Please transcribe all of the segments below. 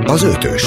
Az ötös.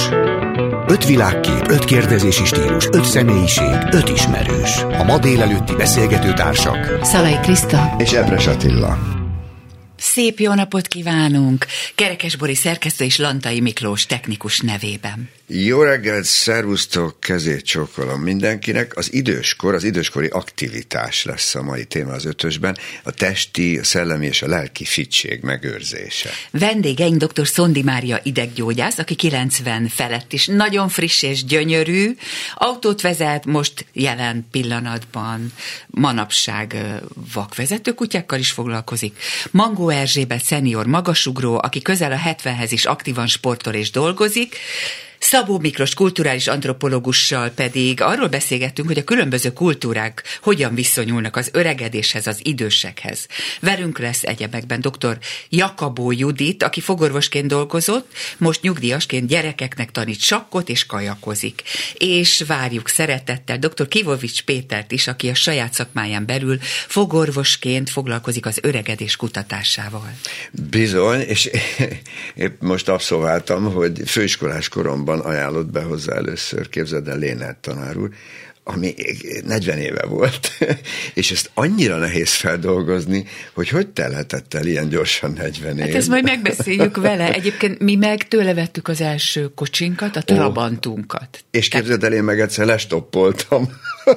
5 világkép, 5 kérdezési stílus, 5 személyiség, 5 ismerős. A ma délelőtti beszélgető társak Szalai Kriszta és Epres Attila. Szép jó napot kívánunk! Kerekes Bori szerkesztő és Lantai Miklós technikus nevében. Jó reggelt, szervusztok, kezét csókolom mindenkinek. Az időskor, az időskori aktivitás lesz a mai téma az ötösben, a testi, a szellemi és a lelki fittség megőrzése. Vendégeink dr. Szondi Mária ideggyógyász, aki 90 felett is nagyon friss és gyönyörű, autót vezet, most jelen pillanatban manapság vakvezető kutyákkal is foglalkozik. Mangó Erzsébet szenior magasugró, aki közel a 70-hez is aktívan sportol és dolgozik. Szabó Miklós kulturális antropológussal pedig arról beszélgettünk, hogy a különböző kultúrák hogyan viszonyulnak az öregedéshez, az idősekhez. Velünk lesz egyebekben dr. Jakabó Judit, aki fogorvosként dolgozott, most nyugdíjasként gyerekeknek tanít sakkot és kajakozik. És várjuk szeretettel dr. Kivovics Pétert is, aki a saját szakmáján belül fogorvosként foglalkozik az öregedés kutatásával. Bizony, és épp most abszolváltam, hogy főiskolás koromban ajánlott be hozzá először, képzeld el, Lénert tanár úr, ami 40 éve volt, és ezt annyira nehéz feldolgozni, hogy telhetett el ilyen gyorsan 40 év. Hát ezt majd megbeszéljük vele. Egyébként mi meg tőle vettük az első kocsinkat, a Trabantunkat. És képzeld el, én meg egyszer lestoppoltam.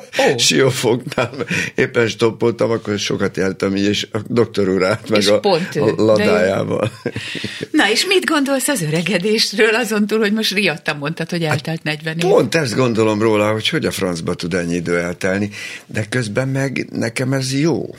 Siófognál éppen stoppoltam, akkor sokat jeltem így, és a doktor úr állt meg a ladájával. Na, és mit gondolsz az öregedésről, azon túl, hogy most riadtan mondtad, hogy eltelt 40 év? Pont ezt gondolom róla, hogy a francba tud ennyi idő eltelni, de közben meg nekem ez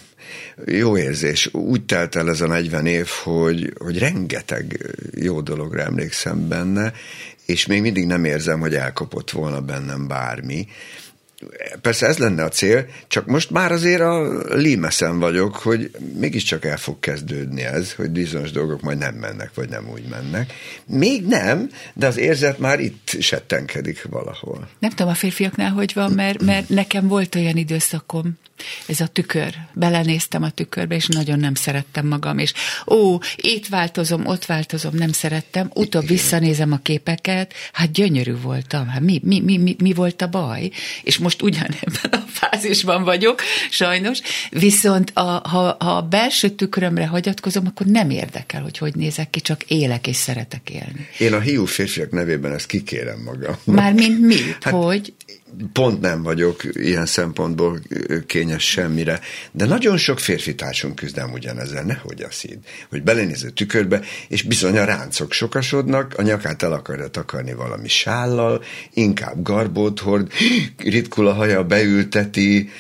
jó érzés. Úgy telt el ez a 40 év, hogy rengeteg jó dologra emlékszem benne, és még mindig nem érzem, hogy elkopott volna bennem bármi. Persze ez lenne a cél, csak most már azért a límeszen vagyok, hogy mégiscsak el fog kezdődni ez, hogy bizonyos dolgok majd nem mennek, vagy nem úgy mennek. Még nem, de az érzet már itt settenkedik valahol. Nem tudom a férfiaknál, hogy van, mert nekem volt olyan időszakom, ez a tükör. Belenéztem a tükörbe, és nagyon nem szerettem magam, és itt változom, ott változom, nem szerettem, utóbb visszanézem a képeket, hát gyönyörű voltam, hát mi volt a baj? És most ugyanebben a fázisban vagyok, sajnos, viszont ha a belső tükrömre hagyatkozom, akkor nem érdekel, hogy nézek ki, csak élek és szeretek élni. Én a hiú férfiak nevében ezt kikérem magam. Mármint mit? Hát, hogy? Pont nem vagyok ilyen szempontból kényes semmire, de nagyon sok férfi társunk küzdem ugyanezzel, nehogy azt hidd, hogy belenéz a tükörbe, és bizony a ráncok sokasodnak, a nyakát el akarja takarni valami sállal, inkább garbót hord, ritkul a haja, beülteti,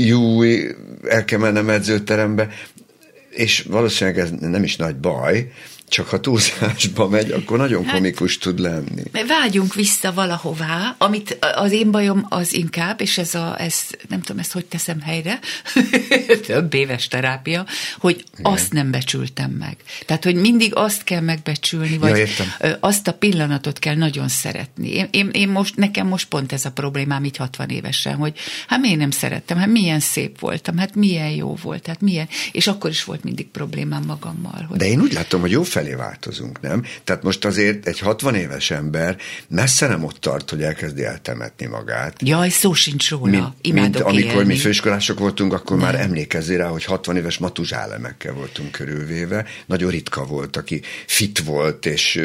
el kell mennem edzőterembe, és valószínűleg ez nem is nagy baj, csak ha túlzásba megy, akkor nagyon komikus tud lenni. Vágyunk vissza valahová, amit az én bajom az inkább, és ez nem tudom, ezt hogy teszem helyre, több éves terápia, hogy azt nem becsültem meg. Tehát, hogy mindig azt kell megbecsülni, vagy azt a pillanatot kell nagyon szeretni. Nekem most pont ez a problémám így 60 évesen, hogy hát miért nem szerettem, hát milyen szép voltam, hát milyen jó volt, hát milyen, és akkor is volt mindig problémám magammal. Hogy... De én úgy látom, hogy jó felé változunk, nem? Tehát most azért egy 60 éves ember messze nem ott tart, hogy elkezdi eltemetni magát. Jaj, szó sincs róla. Mint amikor mi főiskolások voltunk, akkor már emlékezzél rá, hogy 60 éves matuzsálemekkel voltunk körülvéve. Nagyon ritka volt, aki fit volt, és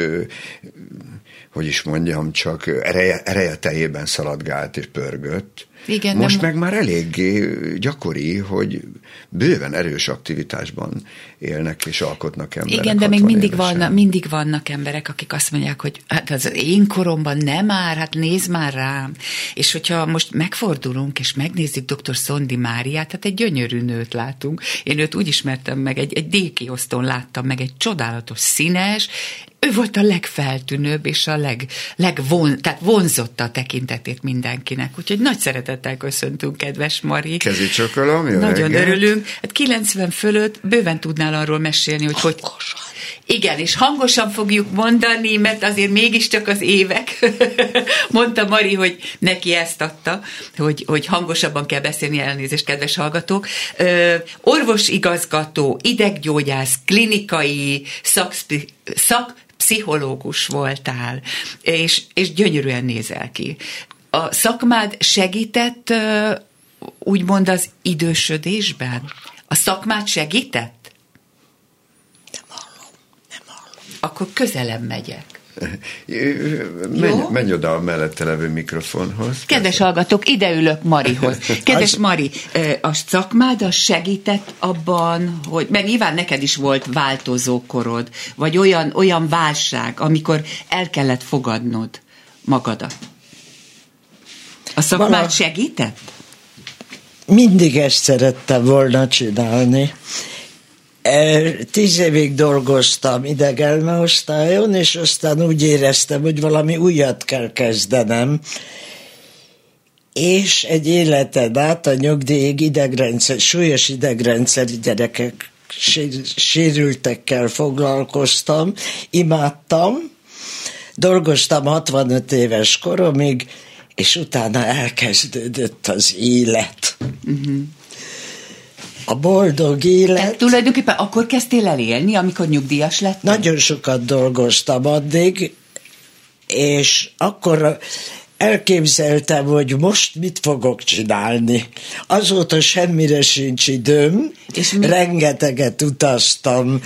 hogy is mondjam, csak ereje teljében szaladgált és pörgött. Igen, most meg már eléggé gyakori, hogy bőven erős aktivitásban élnek és alkotnak emberek. Igen, de még mindig vannak emberek, akik azt mondják, hogy hát az én koromban nem már, hát nézd már rám. És hogyha most megfordulunk, és megnézzük dr. Szondi Máriát, hát egy gyönyörű nőt látunk. Én őt úgy ismertem meg, egy D-kiosztón láttam meg, egy csodálatos színes, ő volt a legfeltűnőbb, és tehát vonzotta a tekintetét mindenkinek. Úgyhogy nagy szeretettel köszöntünk, kedves Mari. Kezi csokolom, jó nagyon reggelt. örülünk. Hát 90 fölött bőven tudnál arról mesélni, hogy igen, és hangosan fogjuk mondani, mert azért mégiscsak az évek. Mondta Mari, hogy neki ezt adta, hogy hangosabban kell beszélni, elnézést, kedves hallgatók. Orvosigazgató, ideggyógyász, klinikai pszichológus voltál, és gyönyörűen nézel ki. A szakmád segített, úgymond az idősödésben? A szakmád segített? Nem hallom. Akkor közelebb megyek. Menj oda a mellette levő mikrofonhoz. Kedves hallgatók, ide ülök Marihoz. Kedves Mari, a szakmád az segített abban, hogy, mert nyilván neked is volt változó korod, vagy olyan válság, amikor el kellett fogadnod magadat. A szakmád segített? Mindig ezt szerettem volna csinálni. 10 évig dolgoztam idegenelmeosztályon, és aztán úgy éreztem, hogy valami újat kell kezdenem. És egy életen át a nyugdíjig súlyos idegrendszeri gyerekek sérültekkel foglalkoztam, imádtam, dolgoztam 65 éves koromig, és utána elkezdődött az élet. A boldog élet. Tehát tulajdonképpen akkor kezdtél el élni, amikor nyugdíjas lettél? Nagyon sokat dolgoztam addig, és akkor elképzeltem, hogy most mit fogok csinálni. Azóta semmire sincs időm, és rengeteget utaztam,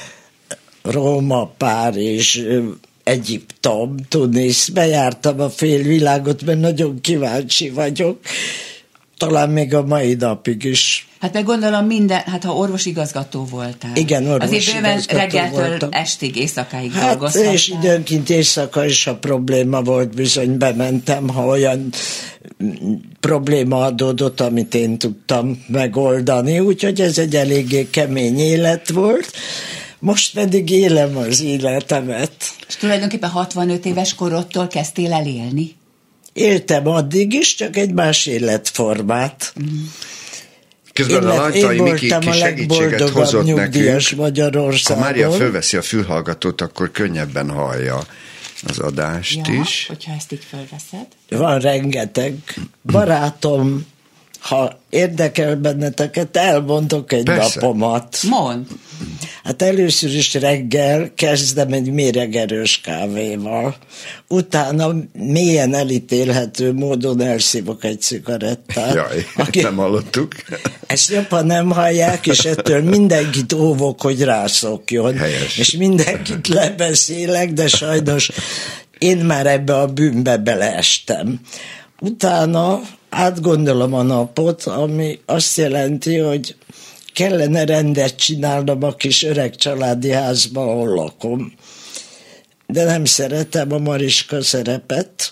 Róma, Párizs, Egyiptom, Tunis, bejártam a félvilágot, mert nagyon kíváncsi vagyok, talán még a mai napig is. Hát meg gondolom ha orvosigazgató voltál. Igen, orvosigazgató azért reggeltől voltam. Estig, éjszakáig dolgoztam. És időnként éjszaka is a probléma volt, bizony bementem, ha olyan probléma adódott, amit én tudtam megoldani, úgyhogy ez egy eléggé kemény élet volt. Most pedig élem az életemet. És tulajdonképpen 65 éves korodtól kezdtél el élni? Éltem addig is, csak egy más életformát. Közben a Lajtai Miki kis segítséget hozott nekünk. Magyarországon. Ha Mária fölveszi a fülhallgatót, akkor könnyebben hallja az adást is. Hogyha ezt így fölveszed. Van rengeteg barátom, ha érdekel benneteket, elmondok egy napomat. Mondd. Hát először is reggel kezdem egy méregerős kávéval. Utána mélyen elítélhető módon elszívok egy cigarettát. Jaj, nem hallottuk. Ezt jobban nem hallják, és ettől mindenkit óvok, hogy rászokjon. Helyes. És mindenkit lebeszélek, de sajnos én már ebbe a bűnbe beleestem. Utána átgondolom a napot, ami azt jelenti, hogy kellene rendet csinálnom a kis öreg családi házba, ahol lakom. De nem szeretem a Mariska szerepet.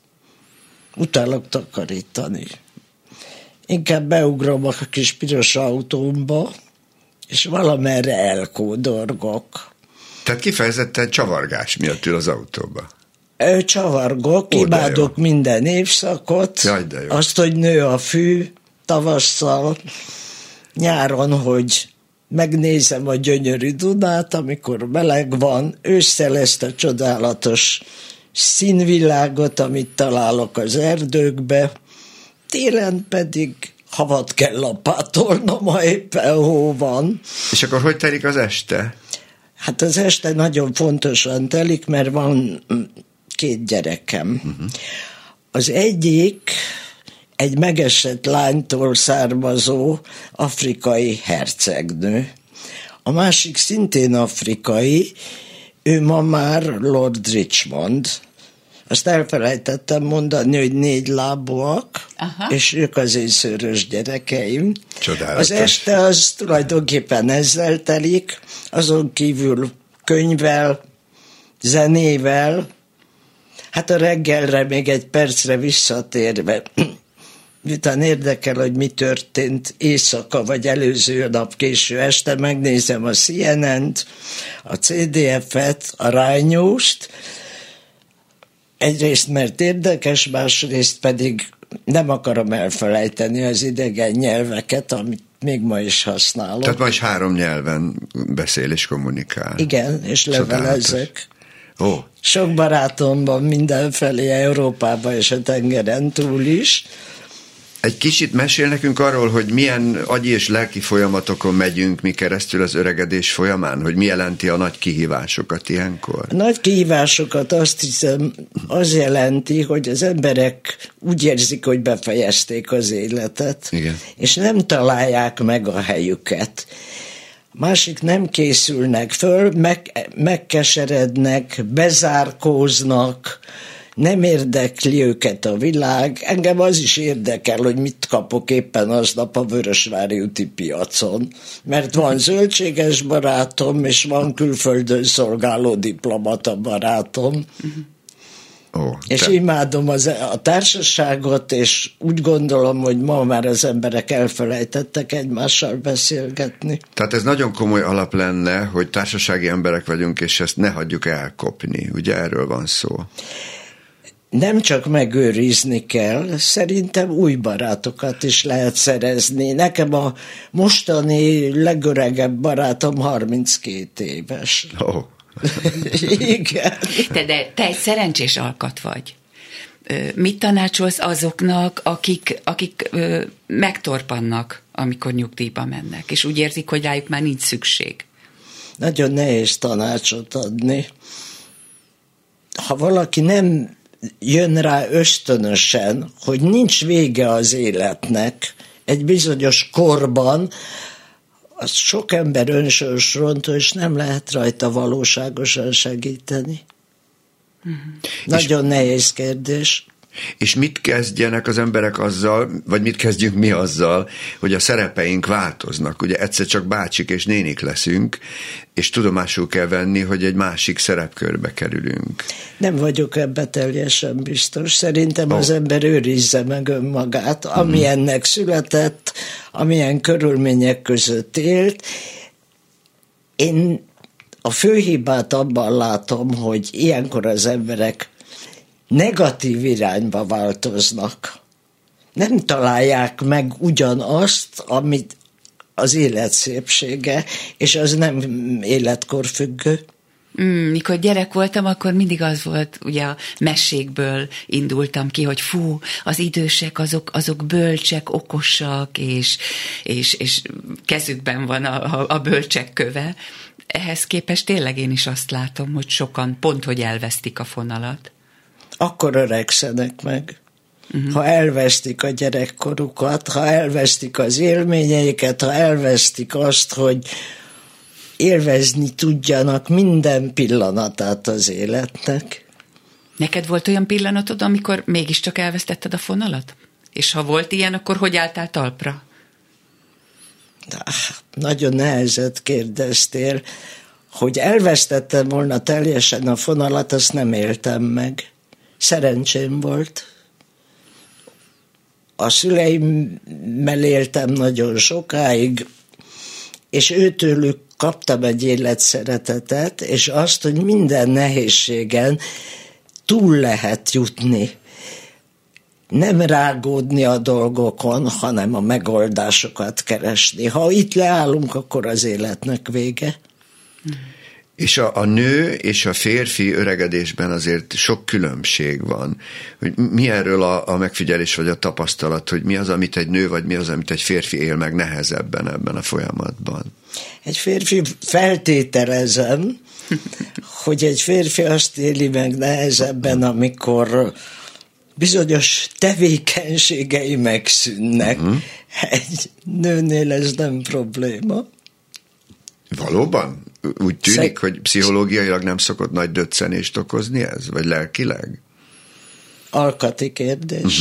Utálok takarítani. Inkább beugrom a kis piros autómba, és valamerre elkódorgok. Tehát kifejezetten csavargás miatt ül az autóba. Csavargok, imádok minden évszakot. Jaj, azt, hogy nő a fű tavasszal, nyáron, hogy megnézem a gyönyörű Dunát, amikor meleg van, ősszel ezt a csodálatos színvilágot, amit találok az erdőkbe, télen pedig havat kell lapátolnom, ha éppen hó van. És akkor hogy telik az este? Hát az este nagyon fontosan telik, mert van 2 gyerekem. Az egyik egy megesett lánytól származó afrikai hercegnő. A másik szintén afrikai, ő ma már Lord Richmond. Azt elfelejtettem mondani, hogy 4 lábúak, és ők az én szőrös gyerekeim. Csodálatos. Az este az tulajdonképpen ezzel telik, azon kívül könyvvel, zenével, hát a reggelre még egy percre visszatérve, miután érdekel, hogy mi történt éjszaka, vagy előző nap késő este, megnézem a CNN-t, a CDF-et, a Rai News-t, egyrészt mert érdekes, másrészt pedig nem akarom elfelejteni az idegen nyelveket, amit még ma is használok. Tehát ma is 3 nyelven beszél és kommunikál. Igen, és levelezek. Oh. Sok barátom van mindenfelé Európában és a tengeren túl is. Egy kicsit mesél nekünk arról, hogy milyen agyi és lelki folyamatokon megyünk mi keresztül az öregedés folyamán, hogy mi jelenti a nagy kihívásokat ilyenkor? A nagy kihívásokat azt hiszem, az jelenti, hogy az emberek úgy érzik, hogy befejezték az életet, igen, és nem találják meg a helyüket. Másik nem készülnek föl, megkeserednek, bezárkóznak, nem érdekli őket a világ. Engem az is érdekel, hogy mit kapok éppen aznap a Vörösvári úti piacon. Mert van zöldséges barátom, és van külföldön szolgáló diplomata barátom. És imádom a társaságot, és úgy gondolom, hogy ma már az emberek elfelejtettek egymással beszélgetni. Tehát ez nagyon komoly alap lenne, hogy társasági emberek vagyunk, és ezt ne hagyjuk elkopni. Ugye erről van szó? Nem csak megőrizni kell, szerintem új barátokat is lehet szerezni. Nekem a mostani legöregebb barátom 32 éves. Oh. Igen. De te egy szerencsés alkat vagy. Mit tanácsolsz azoknak, akik megtorpannak, amikor nyugdíjba mennek, és úgy érzik, hogy rájuk már nincs szükség? Nagyon nehéz tanácsot adni. Ha valaki nem jön rá ösztönösen, hogy nincs vége az életnek egy bizonyos korban, az sok ember önsorsrontó, és nem lehet rajta valóságosan segíteni. Nagyon nehéz kérdés. És mit kezdjenek az emberek azzal, vagy mit kezdjünk mi azzal, hogy a szerepeink változnak? Ugye egyszer csak bácsik és nénik leszünk, és tudomásul kell venni, hogy egy másik szerepkörbe kerülünk. Nem vagyok ebben teljesen biztos. Szerintem az ember őrizze meg önmagát, amilyennek született, amilyen körülmények között élt. Én a fő hibát abban látom, hogy ilyenkor az emberek negatív irányba változnak. Nem találják meg ugyanazt, amit az élet szépsége, és az nem életkor függő. Mikor gyerek voltam, akkor mindig az volt, ugye a mesékből indultam ki, hogy fú, az idősek azok bölcsek, okosak, és kezükben van a bölcsek köve. Ehhez képest tényleg én is azt látom, hogy sokan pont, hogy elvesztik a fonalat. Akkor öregszenek meg. Ha elvesztik a gyerekkorukat, ha elvesztik az élményeiket, ha elvesztik azt, hogy élvezni tudjanak minden pillanatát az életnek. Neked volt olyan pillanatod, amikor mégiscsak elvesztetted a fonalat? És ha volt ilyen, akkor hogy álltál talpra? Nagyon nehezet kérdeztél. Hogy elvesztettem volna teljesen a fonalat, azt nem éltem meg. Szerencsém volt. A szüleimmel éltem nagyon sokáig, és őtőlük kaptam egy életszeretetet, és azt, hogy minden nehézségen túl lehet jutni. Nem rágódni a dolgokon, hanem a megoldásokat keresni. Ha itt leállunk, akkor az életnek vége. És a nő és a férfi öregedésben azért sok különbség van. Hogy mi erről a megfigyelés vagy a tapasztalat, hogy mi az, amit egy nő, vagy mi az, amit egy férfi él meg nehezebben ebben a folyamatban? Egy férfi, feltételezem, hogy egy férfi azt éli meg nehezebben, amikor bizonyos tevékenységei megszűnnek. Egy nőnél ez nem probléma. Valóban? Úgy tűnik, hogy pszichológiailag nem szokott nagy döccenést okozni ez? Vagy lelkileg? Alkati kérdés.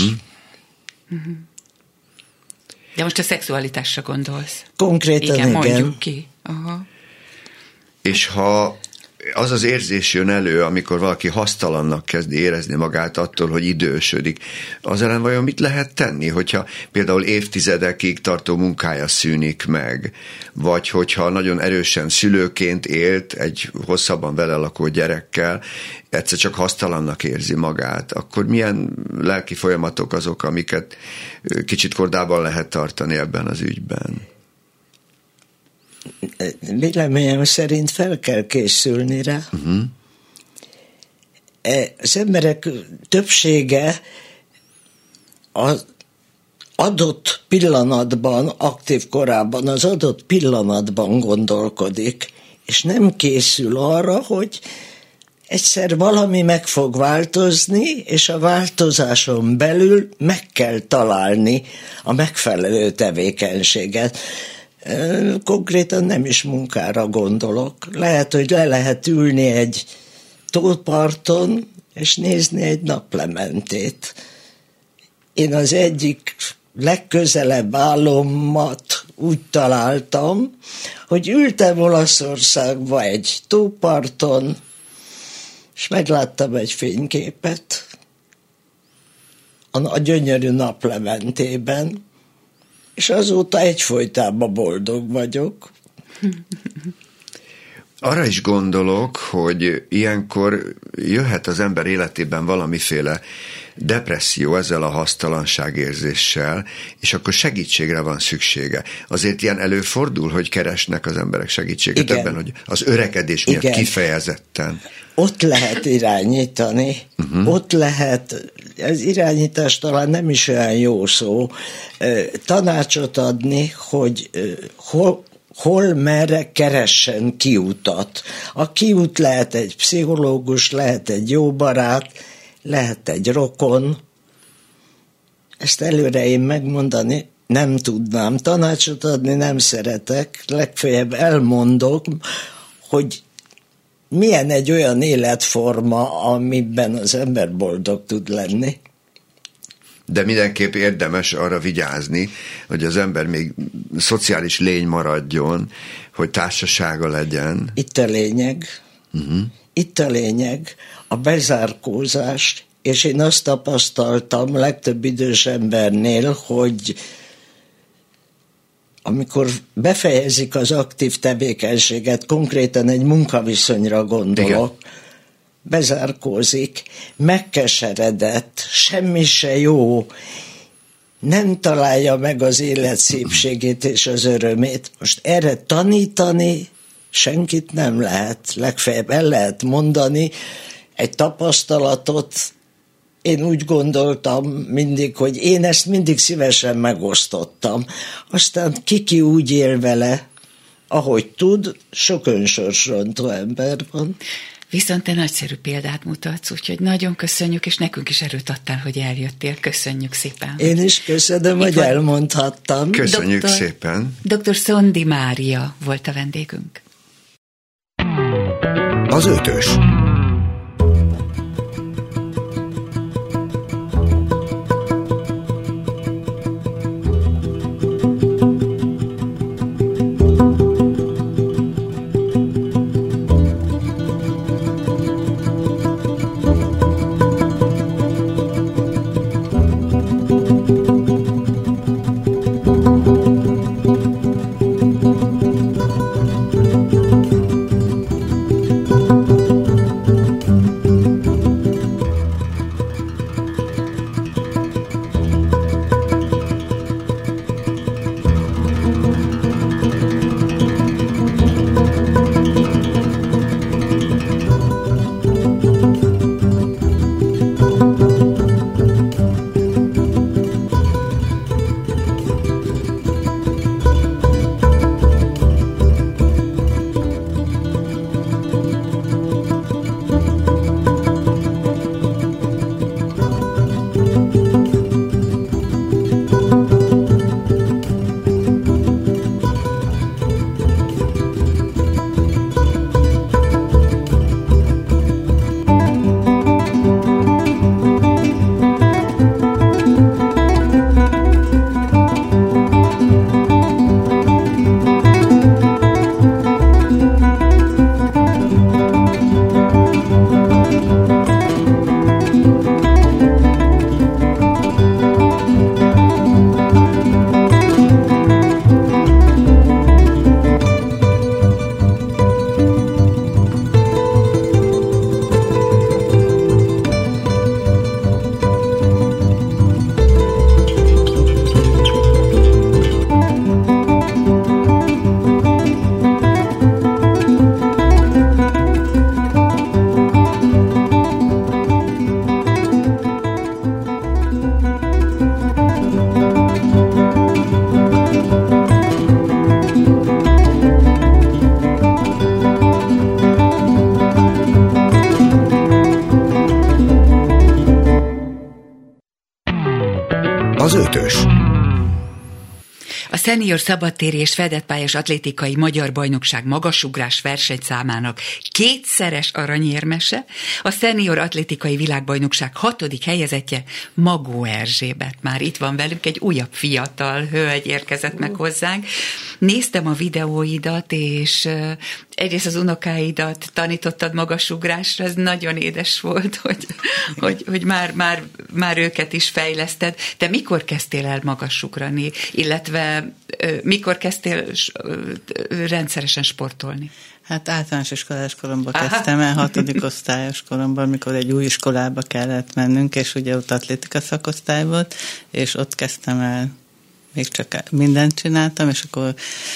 De most a szexualitásra gondolsz. Konkrétan igen. Mondjuk ki. Aha. És ha az az érzés jön elő, amikor valaki hasztalannak kezdi érezni magát attól, hogy idősödik, az ellen vajon mit lehet tenni, hogyha például évtizedekig tartó munkája szűnik meg, vagy hogyha nagyon erősen szülőként élt egy hosszabban vele lakó gyerekkel, egyszer csak hasztalannak érzi magát, akkor milyen lelki folyamatok azok, amiket kicsit kordában lehet tartani ebben az ügyben? Véleményem szerint fel kell készülni rá. Az emberek többsége adott pillanatban, aktív korában az adott pillanatban gondolkodik, és nem készül arra, hogy egyszer valami meg fog változni, és a változáson belül meg kell találni a megfelelő tevékenységet. Konkrétan nem is munkára gondolok. Lehet, hogy le lehet ülni egy tóparton, és nézni egy naplementét. Én az egyik legközelebb állomat úgy találtam, hogy ültem Olaszországba egy tóparton, és megláttam egy fényképet a gyönyörű naplementében, és azóta egyfolytában boldog vagyok. Arra is gondolok, hogy ilyenkor jöhet az ember életében valamiféle depresszió ezzel a hasztalanságérzéssel, és akkor segítségre van szüksége. Azért ilyen előfordul, hogy keresnek az emberek segítséget. Igen. Ebben, hogy az öregedés miatt igen. Kifejezetten. Ott lehet irányítani, ott lehet, az irányítás talán nem is olyan jó szó, tanácsot adni, hogy hol merre keressen kiutat. A kiút lehet egy pszichológus, lehet egy jó barát, lehet egy rokon. Ezt előre én megmondani nem tudnám. Tanácsot adni nem szeretek, legfeljebb elmondok, hogy milyen egy olyan életforma, amiben az ember boldog tud lenni. De mindenképp érdemes arra vigyázni, hogy az ember még szociális lény maradjon, hogy társasága legyen. Itt a lényeg. Itt a lényeg. A bezárkózás, és én azt tapasztaltam legtöbb idős embernél, hogy amikor befejezik az aktív tevékenységet, konkrétan egy munkaviszonyra gondolok, igen. Bezárkózik, megkeseredett, semmi se jó, nem találja meg az élet szépségét és az örömét. Most erre tanítani senkit nem lehet, legfeljebb el lehet mondani egy tapasztalatot. Én úgy gondoltam mindig, hogy én ezt mindig szívesen megosztottam. Aztán ki úgy él vele, ahogy tud, sok önsorsrontó ember van. Viszont te nagyszerű példát mutatsz, úgyhogy nagyon köszönjük, és nekünk is erőt adtál, hogy eljöttél. Köszönjük szépen. Én is köszönöm, hogy elmondhattam. Köszönjük szépen. Dr. Szondi Mária volt a vendégünk. Az ötös. az ötös. A szenior szabadtéri és fedettpályás atlétikai magyar bajnokság magasugrás versenyszámának 2-szeres aranyérmese, a szenior atlétikai világbajnokság 6. helyezettje Magó Erzsébet. Már itt van velünk, egy újabb fiatal hölgy érkezett meg hozzánk. Néztem a videóidat, és egyrészt az unokáidat tanítottad magasugrásra, ez nagyon édes volt, hogy már őket is fejleszted. Te mikor kezdtél el magasugrani, illetve mikor kezdtél rendszeresen sportolni? Hát általános iskolás koromban kezdtem el, 6. osztályos koromban, mikor egy új iskolába kellett mennünk, és ugye ott atlétika szakosztály volt, és ott kezdtem el, még csak mindent csináltam, és akkor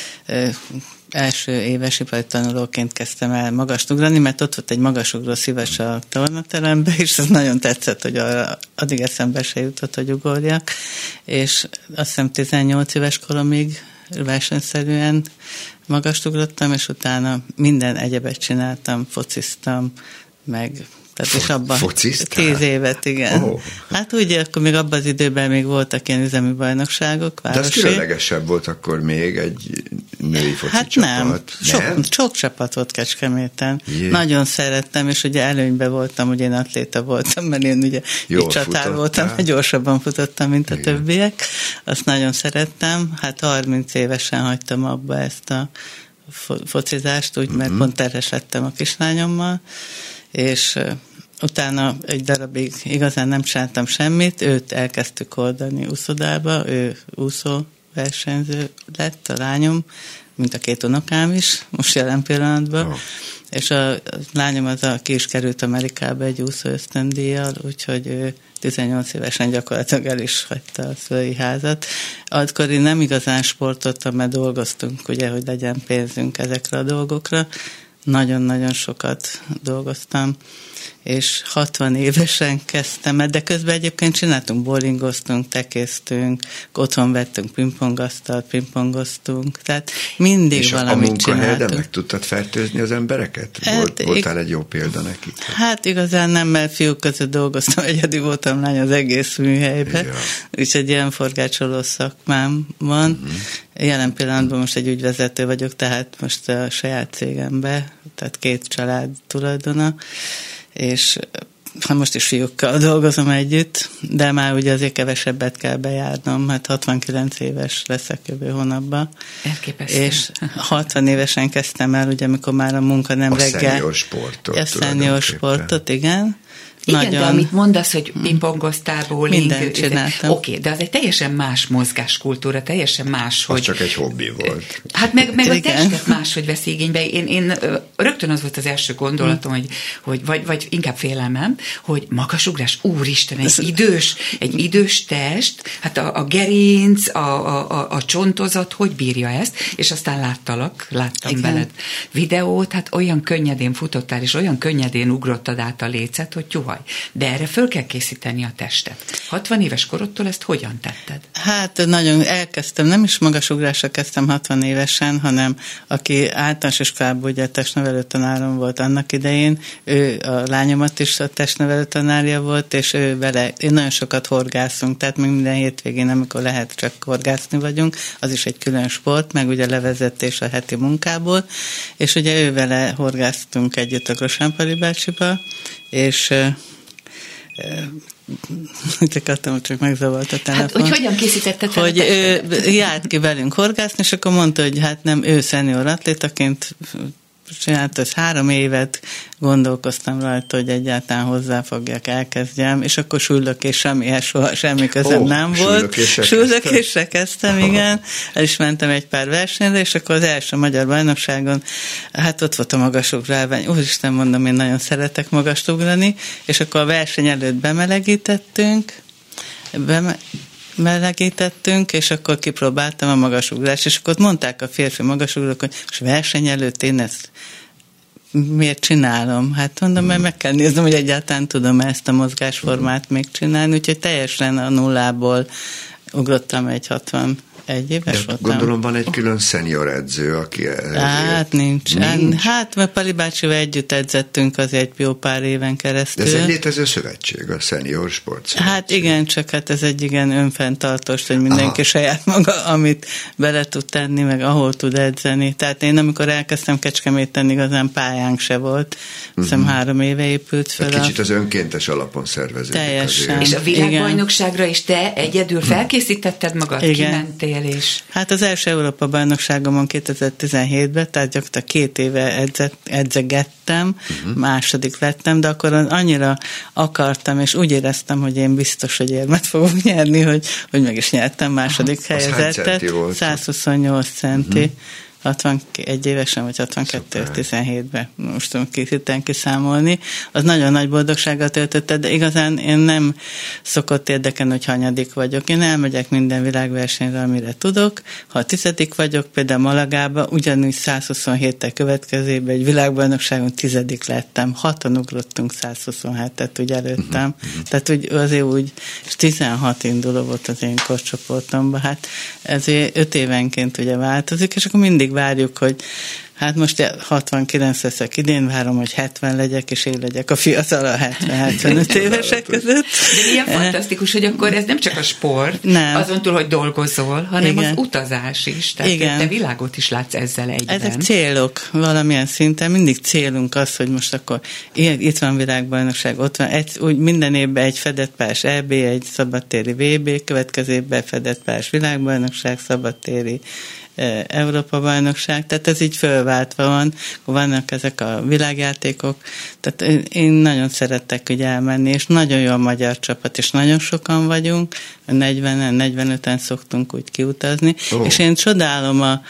első éves ipari tanulóként kezdtem el magasugrani, mert ott volt egy magasugró szíves a tornateremben, és ez nagyon tetszett, hogy addig eszembe se jutott, hogy ugorjak, és azt hiszem 18 éves koromig versenyszerűen magasugrottam, és utána minden egyebet csináltam, fociztam, meg tehát és abban 10 évet, igen. Oh. Hát ugye, akkor még abban az időben még voltak ilyen üzemi bajnokságok, városi. De az különlegesebb volt akkor még egy női foci hát csapat. Nem, sok csapat volt Kecskeméten. Yeah. Nagyon szerettem, és ugye előnyben voltam, ugye én atléta voltam, mert én ugye csatár voltam, gyorsabban futottam, mint a többiek. Azt nagyon szerettem. Hát 30 évesen hagytam abba ezt a focizást, úgy, mert pont terhes lettem a kislányommal, és utána egy darabig igazán nem csináltam semmit, őt elkezdtük oldani úszodába, ő úszó versenyző lett, a lányom, mint a 2 unokám is, most jelen pillanatban, és a lányom ki is került Amerikába egy úszó ösztöndíjjal, úgyhogy ő 18 évesen gyakorlatilag el is hagyta a szülői házat. Akkor én nem igazán sportoltam, mert dolgoztunk, ugye, hogy legyen pénzünk ezekre a dolgokra. Nagyon-nagyon sokat dolgoztam, és 60 évesen kezdtem, de közben egyébként csináltunk, bowlingoztunk, tekéztünk, otthon vettünk pingpongasztalt, pingpongoztunk, tehát mindig és valamit csináltunk. És a munkahelyeden meg tudtad fertőzni az embereket? Voltál egy jó példa nekik? Hát igazán nem, mert fiúk között dolgoztam, egyedül voltam lány az egész műhelyben, úgyhogy ilyen forgácsoló szakmám van. Jelen pillanatban most egy ügyvezető vagyok, tehát most a saját cégemben, tehát 2 család tulajdona, és most is fiúkkal dolgozom együtt, de már ugye azért kevesebbet kell bejárnom, hát 69 éves leszek jövő hónapban. Elképesztő. És 60 évesen kezdtem el, ugye amikor már a munka nem reggel. A szenior sportot. A szenior sportot, igen. Igen, nagyon... de amit mondasz, hogy pingpongoztál, bowling... Mindent csináltam. Oké, de az egy teljesen más mozgáskultúra, teljesen más, hogy... Az csak egy hobbi volt. Hát meg a testet máshogy vesz igénybe. Én rögtön az volt az első gondolatom, vagy inkább félelmem, hogy magasugrás, úristen, egy idős test, hát a gerinc, a csontozat, hogy bírja ezt, és aztán láttam veled videót, hát olyan könnyedén futottál, és olyan könnyedén ugrottad át a lécet, hogy tyúha. De erre föl kell készíteni a testet. 60 éves korodtól ezt hogyan tetted? Hát nagyon elkezdtem, nem is magasugrásra kezdtem 60 évesen, hanem aki általános iskolában ugye testnevelő tanárom volt annak idején, ő a lányomat is a testnevelő tanárja volt, és ő vele, én nagyon sokat horgászunk, tehát még minden hétvégén, amikor lehet, csak horgászni vagyunk, az is egy külön sport, meg ugye levezetés a heti munkából, és ugye ő vele horgáztunk együtt a Grosánpali bácsiba, és mit akartam, csak megzavart a telefon. Hát, hogy hogyan készítetted fel? Hogy járt ki velünk horgászni, és akkor mondta, hogy hát nem, ő szenior atlétaként csinált, ez 3 évet gondolkoztam rajta, hogy egyáltalán hozzá fogjak, elkezdjem, és akkor süldökés semmihez soha semmi közem nem volt. Süldökésre kezdtem, igen. El is mentem egy pár versenyre, és akkor az első magyar bajnokságon, hát ott volt a magasugrálvány. Úristen, mondom, én nagyon szeretek magasugrani, és akkor a verseny előtt bemelegítettünk, és akkor kipróbáltam a magasugrást, és akkor mondták a férfi magasugrók, hogy most verseny előtt én ezt miért csinálom? Hát mondom, mert meg kell néznem, hogy egyáltalán tudom ezt a mozgásformát még csinálni, úgyhogy teljesen a nullából ugrottam egy 1 éves voltam. Gondolom van egy külön szenior edző, aki Hát nincs. Hát, mert Pali bácsival együtt edzettünk az egy jó pár éven keresztül. De ez egy létező szövetség, a Senior Sportszövetség. Hát igen, csak hát ez egy igen önfenntartós, hogy mindenki saját maga, amit bele tud tenni, meg ahol tud edzeni. Tehát én amikor elkezdtem Kecskeméten, igazán pályánk se volt. Hiszem 3 éve épült fel. Kicsit az önkéntes alapon szerveződik. Teljesen. Azért. És a világbajnokságra is te egyedül felkészítetted magad, kimentél és... Hát az első Európa-bajnokságomon 2017-ben, tehát gyakorlatilag 2 éve edzegettem, második lettem, de akkor annyira akartam, és úgy éreztem, hogy én biztos, hogy érmet fogok nyerni, hogy meg is nyertem második helyezettet. 128 centi. 61 évesen, vagy 62 17-ben, most tudom hirtelen kiszámolni, az nagyon nagy boldogsággal töltötte, de igazán én nem szokott érdekelni, hogy hanyadik vagyok. Én elmegyek minden világversenyre, amire tudok. Ha 10. vagyok, például Malagába, ugyanúgy 127-tel következőben egy világbajnokságon 10. lettem. 6-an ugrottunk 127-et úgy előttem. Tehát azért úgy, és 16 induló volt az én korcsoportomban. Hát ezért 5 évenként ugye változik, és akkor mindig várjuk, hogy hát most 69 leszek idén, várom, hogy 70 legyek, és én legyek a fiatal a 70-75 évesek között. De ilyen fantasztikus, hogy akkor ez nem csak a sport, azon túl, hogy dolgozol, hanem az utazás is. Tehát te világot is látsz ezzel egyben. Ezek célok valamilyen szinten. Mindig célunk az, hogy most akkor itt van világbajnokság, ott van, úgy minden évben egy fedett pályás EB, egy szabadtéri VB, következő évben fedett pályás világbajnokság, szabadtéri Európa-bajnokság, tehát ez így fölváltva van, vannak ezek a világjátékok, tehát én nagyon szeretek úgy elmenni, és nagyon jó a magyar csapat, és nagyon sokan vagyunk, 40-45-en szoktunk úgy kiutazni, és én csodálom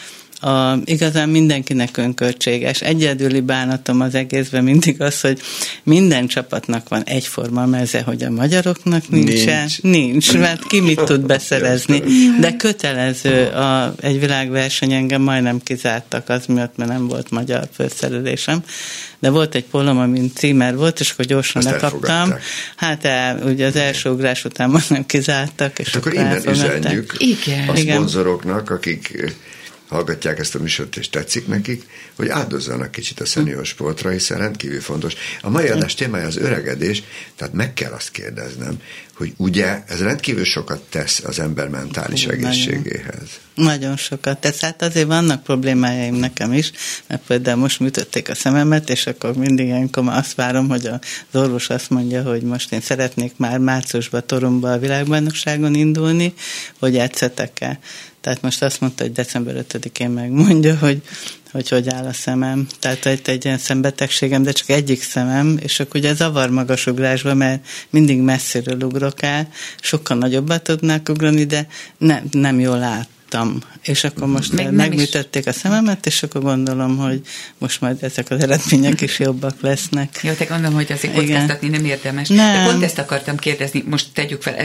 igazán mindenkinek önköltséges. Egyedüli bánatom az egészben mindig az, hogy minden csapatnak van egyforma meze, hogy a magyaroknak nincsen. Nincs, mert ki mit tud beszerezni. De kötelező egy világverseny, engem majdnem kizártak az miatt, mert nem volt magyar főszerelésem. De volt egy polom, amin címer volt, és akkor gyorsan lekaptam. Hát ugye az első ugrás után majdnem kizártak. És akkor innen üzenjük a szponzoroknak, akik hallgatják ezt a műsort, és tetszik nekik, hogy áldozzanak kicsit a szenior sportra, hiszen rendkívül fontos. A mai adás témája az öregedés, tehát meg kell azt kérdeznem, hogy ugye ez rendkívül sokat tesz az ember mentális egészségéhez. Nagyon sokat tesz. Hát azért vannak problémáim nekem is, mert például most műtötték a szememet, és akkor mindig ilyenkor azt várom, hogy az orvos azt mondja, hogy most én szeretnék már márciusban Torunba a világbajnokságon indulni, hogy edzetek-e. Tehát most azt mondta, hogy december 5-én megmondja, hogy áll a szemem. Tehát egy ilyen szembetegségem, de csak egyik szemem, és akkor ugye zavar magasugrásba, mert mindig messziről ugrok el, sokkal nagyobbat tudnák ugrani, de nem jól láttam. És akkor most megműtötték a szememet, és akkor gondolom, hogy most majd ezek az eredmények is jobbak lesznek. Jó, te gondolom, hogy azért kockáztatni nem érdemes. De pont ezt akartam kérdezni, most tegyük fel,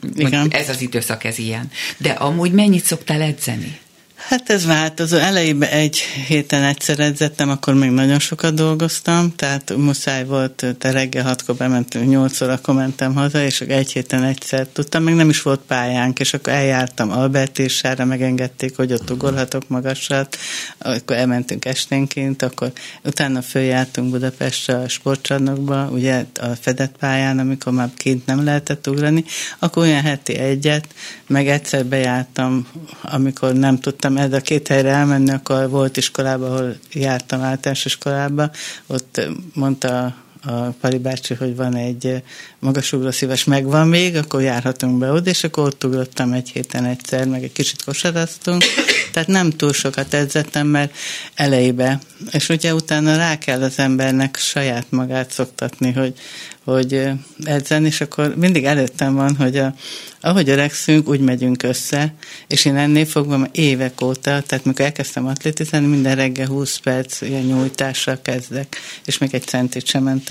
ez az időszak, ez ilyen. De amúgy mennyit szoktál edzeni? Hát ez változó. Elejében egy héten egyszer edzettem, akkor még nagyon sokat dolgoztam, tehát muszáj volt, te reggel 6-kor bementünk, 8 órakor mentem haza, és egy héten egyszer tudtam, meg nem is volt pályánk, és akkor eljártam Albertírsára, megengedték, hogy ott ugorhatok magasat, akkor elmentünk esténként, akkor utána följártunk Budapestre a sportcsarnokba, ugye a fedett pályán, amikor már kint nem lehetett ugrani, akkor olyan heti egyet, meg egyszer bejártam, amikor nem tudtam ez a 2 helyre elmenni, akkor volt iskolában, ahol jártam általános iskolába, ott mondta a Pali bácsi, hogy van egy magasugró szíves, megvan még, akkor járhatunk be oda, és akkor ott ugrottam egy héten egyszer, meg egy kicsit kosaraztunk, tehát nem túl sokat edzettem, mert elejébe, és ugye utána rá kell az embernek saját magát szoktatni, hogy edzen, és akkor mindig előttem van, hogy ahogy öregszünk, úgy megyünk össze, és én ennél fogva évek óta, tehát mikor elkezdtem atlétizálni, minden reggel 20 perc ilyen nyújtással kezdek, és még egy centit sem mentem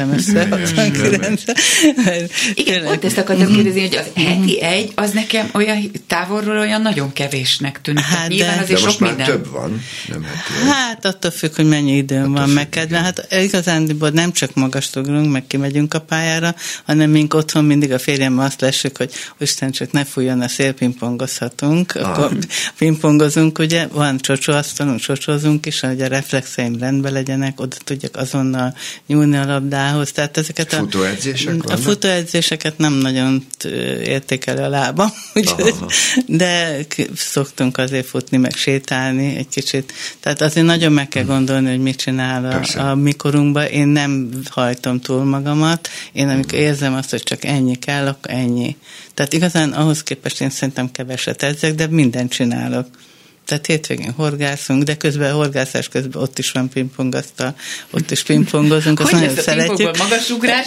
vettem össze 69-ben. Igen, pont ezt akartam kérdezni, hogy az heti egy, az nekem olyan távolról olyan nagyon kevésnek tűnik. Hát nyilván azért de sok most már minden. több van, nem heti egy. Hát attól függ, hogy mennyi időm van meg kedven. Hát igazándiból nem csak magasugrunk, meg kimegyünk a pályára, hanem mink otthon mindig a férjemmel azt lessük, hogy Isten csak ne fújjon a szél, pingpongozhatunk, akkor pingpongozunk, ugye, van csocsóasztalunk, csocsózunk is, hogy a reflexeim rendben legyenek, oda tudjak azonnal nyúlni a labdához. Tehát ezeket a futóedzéseket nem nagyon értékelő a lábam, úgyhogy, de szoktunk azért futni, meg sétálni egy kicsit. Tehát azért nagyon meg kell gondolni, hogy mit csinál a mikorunkban. Én nem hajtom túl magamat. Én amikor érzem azt, hogy csak ennyi kell, akkor ennyi. Tehát igazán ahhoz képest én szerintem keveset edzek, de mindent csinálok. Tehát hétvégén horgászunk, de közben a horgászás közben ott is van pingpongasztal, ott is pingpongozunk, azt nagyon szeretjük. Magasugrás?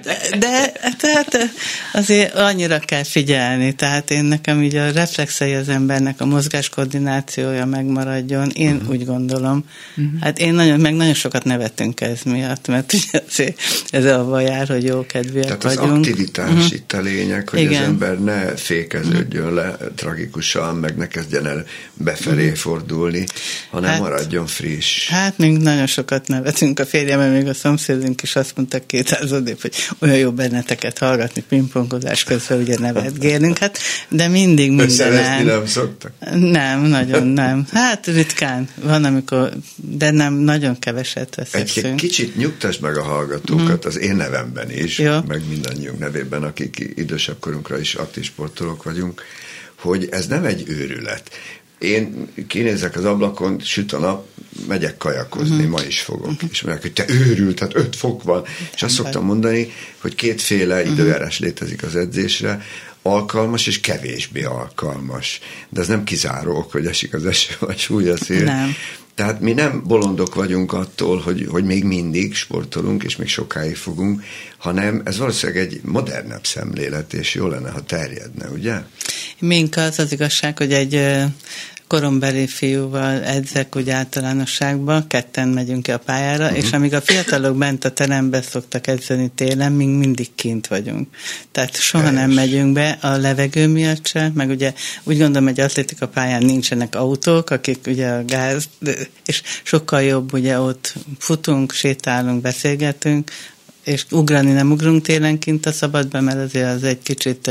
Tehát azért annyira kell figyelni, tehát én nekem így a reflexei az embernek, a mozgáskoordinációja megmaradjon, én úgy gondolom. Hát én nagyon sokat nevettünk ez miatt, mert ugye azért ez avval jár, hogy jó kedvűek tehát vagyunk. Tehát az aktivitás itt a lényeg, hogy igen. az ember ne fékeződjön le tragikusan, meg ne kezdjen el befelé fordulni, hanem maradjon friss. Hát még nagyon sokat nevetünk a férjemmel, még a szomszédunk is azt mondta 200 odébb, hogy olyan jó benneteket hallgatni pingpongozás közben, ugye nevetgélünk, hát, de mindig mindenen. Összeveszni nem szoktak? Nem, nagyon nem. Hát ritkán van, amikor, de nem, nagyon keveset veszünk. Egy kicsit nyugtass meg a hallgatókat, az én nevemben is, meg mindannyiunk nevében, akik idősebb korunkra is aktív sportolók vagyunk, hogy ez nem egy őrület. Én kinézek az ablakon, süt a nap, megyek kajakozni, ma is fogok. És mondják, hogy te őrült, hát 5 fok van. És azt szoktam mondani, hogy kétféle időjárás létezik az edzésre, alkalmas és kevésbé alkalmas. De ez nem kizáró, hogy esik az eső, vagy fúj a szél. Nem. Tehát mi nem bolondok vagyunk attól, hogy még mindig sportolunk, és még sokáig fogunk, hanem ez valószínűleg egy modernebb szemlélet, és jó lenne, ha terjedne, ugye? Mink az igazság, hogy egy korombeli fiúval edzek úgy általánosságban, ketten megyünk ki a pályára, és amíg a fiatalok bent a terembe szoktak edzeni télen, mi mindig kint vagyunk. Tehát soha nem megyünk be a levegő miatt se, meg ugye úgy gondolom, hogy atlétika pályán nincsenek autók, akik ugye a gáz, és sokkal jobb, ugye ott futunk, sétálunk, beszélgetünk, és ugrani nem ugrunk télenként a szabadban, mert azért az egy kicsit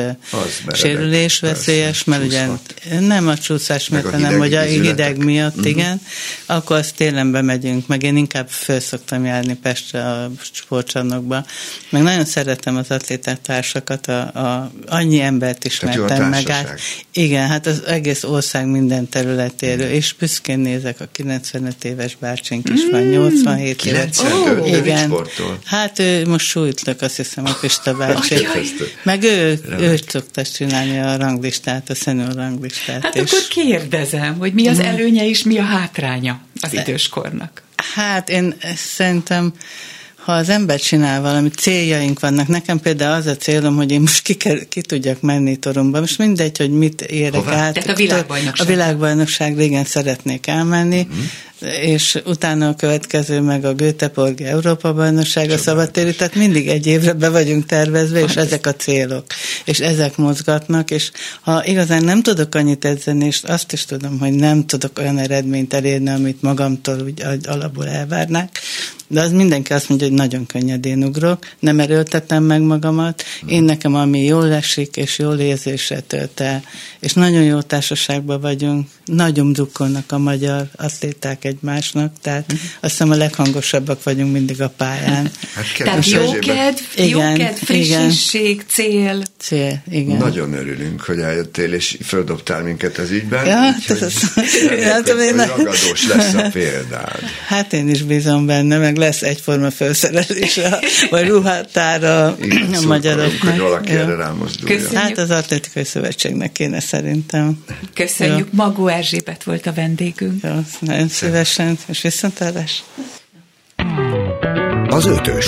sérülésveszélyes, mert ugye nem a csúszás miatt, hanem hogy a hideg miatt, igen, akkor azt télen bemegyünk, meg én inkább föl szoktam járni Pestre a sportcsarnokba, meg nagyon szeretem az atlétátársakat, annyi embert ismertem meg át. Igen, hát az egész ország minden területéről, és büszkén nézek, a 95 éves bácsink is van, 87 éves. 95 igen. Hát ő most súlytlök, azt hiszem, a Pista bácsi. Meg ő szokta csinálni a ranglistát, a senior ranglistát. Hát akkor kérdezem, hogy mi az előnye és mi a hátránya az időskornak? Hát én szerintem, ha az ember csinál valami, céljaink vannak. Nekem például az a célom, hogy én most ki tudjak menni Torumba. Most mindegy, hogy mit érek át. Tehát a világbajnokság. A világbajnokság régen szeretnék elmenni, és utána a következő meg a Göteborgi Európa-bajnokság, a szabadtéri, tehát mindig egy évre be vagyunk tervezve, és ezek a célok, és ezek mozgatnak, és ha igazán nem tudok annyit edzeni, és azt is tudom, hogy nem tudok olyan eredményt elérni, amit magamtól úgy alapból elvárnák, de az mindenki azt mondja, hogy nagyon könnyedén ugrok, nem erőltetem meg magamat, én nekem ami jól esik, és jól érzésre tölt el, és nagyon jó társaságban vagyunk, nagyon drukkolnak a magyar atléták egymásnak, tehát azt hiszem a leghangosabbak vagyunk mindig a pályán. Tehát jókedv, frissesség, cél. Igen. Nagyon örülünk, hogy eljöttél, és földobtál minket az ügyben. Ja, hogy ragadós lesz a példád. Hát én is bízom benne, meg lesz egyforma felszerelés, vagy ruhátára a magyaroknak. Hogy valaki erre rámozdulja. Hát az Atlétikai Szövetségnek kéne szerintem. Köszönjük, Magó Erzsébet volt a vendégünk. Jó, nagyon szívesen, és viszontlátásra. Az ötös.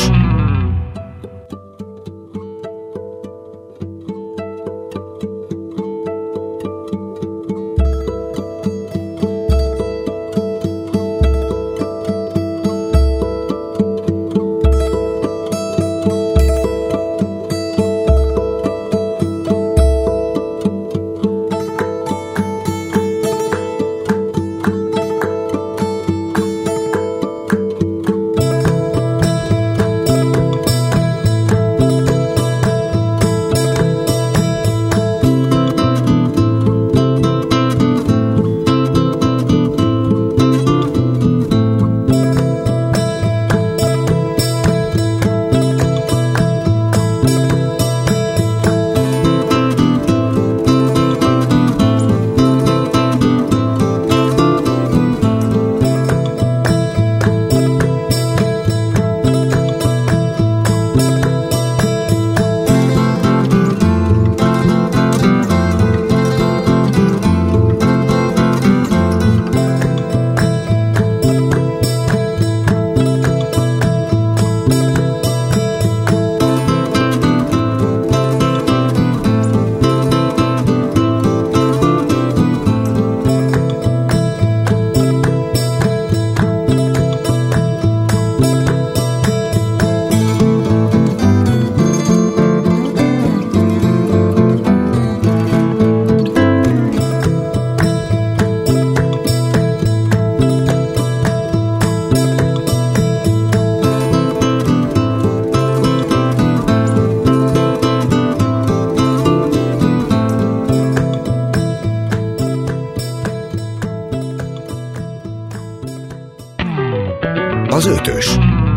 az Ötös.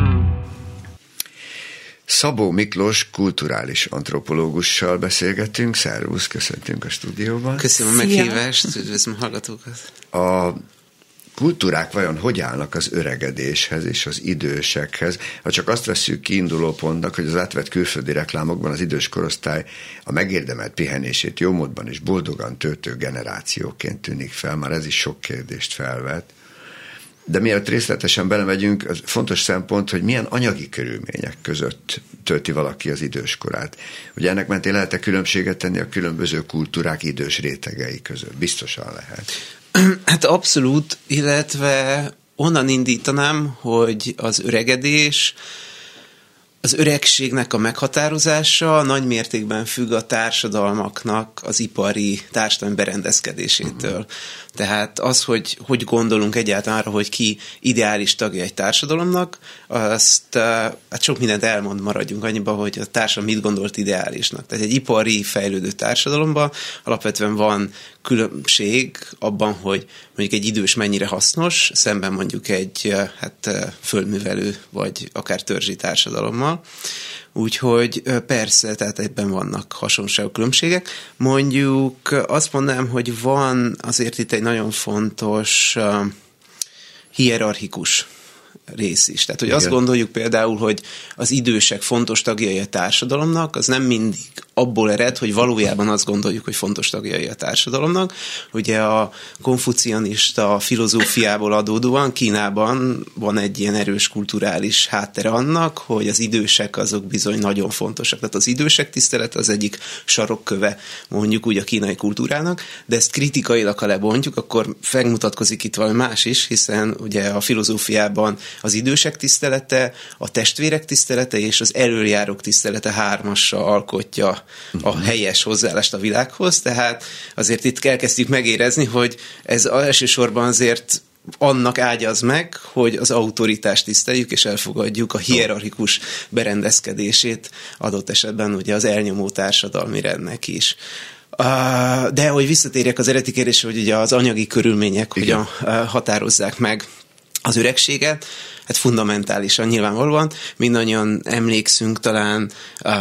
Szabó Miklós kulturális antropológussal beszélgettünk. Szervusz, köszöntünk a stúdióban. Köszönöm a meghívást, üdvözlöm a hallgatókat. A kultúrák vajon hogy állnak az öregedéshez és az idősekhez? Ha csak azt vesszük kiinduló pontnak, hogy az átvett külföldi reklámokban az idős korosztály a megérdemelt pihenését jómódban és boldogan töltő generációként tűnik fel, már ez is sok kérdést felvet. De mielőtt részletesen belemegyünk, az fontos szempont, hogy milyen anyagi körülmények között tölti valaki az időskorát. Ugye ennek mentén lehet-e különbséget tenni a különböző kultúrák idős rétegei között? Biztosan lehet. Hát abszolút, illetve onnan indítanám, hogy az öregedés, az öregségnek a meghatározása nagy mértékben függ a társadalmaknak az ipari társadalmi berendezkedésétől. Tehát az, hogy gondolunk egyáltalán arra, hogy ki ideális tagja egy társadalomnak, azt hát sok mindent elmond, maradjunk annyiba, hogy a társadalom mit gondolt ideálisnak. Tehát egy ipari fejlődő társadalomban alapvetően van különbség abban, hogy mondjuk egy idős mennyire hasznos, szemben mondjuk egy földművelő vagy akár törzsi társadalommal. Úgyhogy persze, tehát ebben vannak hasonlóságok, különbségek. Mondjuk azt mondanám, hogy van azért itt egy nagyon fontos hierarchikus rész is. Tehát, hogy azt gondoljuk például, hogy az idősek fontos tagjai a társadalomnak, az nem mindig abból ered, hogy valójában azt gondoljuk, hogy fontos tagjai a társadalomnak. Ugye a konfucianista filozófiából adódóan Kínában van egy ilyen erős kulturális háttere annak, hogy az idősek azok bizony nagyon fontosak. Tehát az idősek tisztelete az egyik sarokköve mondjuk úgy a kínai kultúrának, de ezt kritikailag, ha lebontjuk, akkor felmutatkozik itt valami más is, hiszen ugye a filozófiában az idősek tisztelete, a testvérek tisztelete és az elöljárók tisztelete hármassal alkotja a helyes hozzáállást a világhoz, tehát azért itt elkezdjük megérezni, hogy ez elsősorban azért annak ágyaz meg, hogy az autoritást tiszteljük és elfogadjuk a hierarchikus berendezkedését adott esetben ugye az elnyomó társadalmi rendnek is. De hogy visszatérjek az eredeti kérdésre, hogy ugye az anyagi körülmények hogyan határozzák meg az öregséget, hát fundamentálisan nyilvánvalóan. Mindannyian emlékszünk talán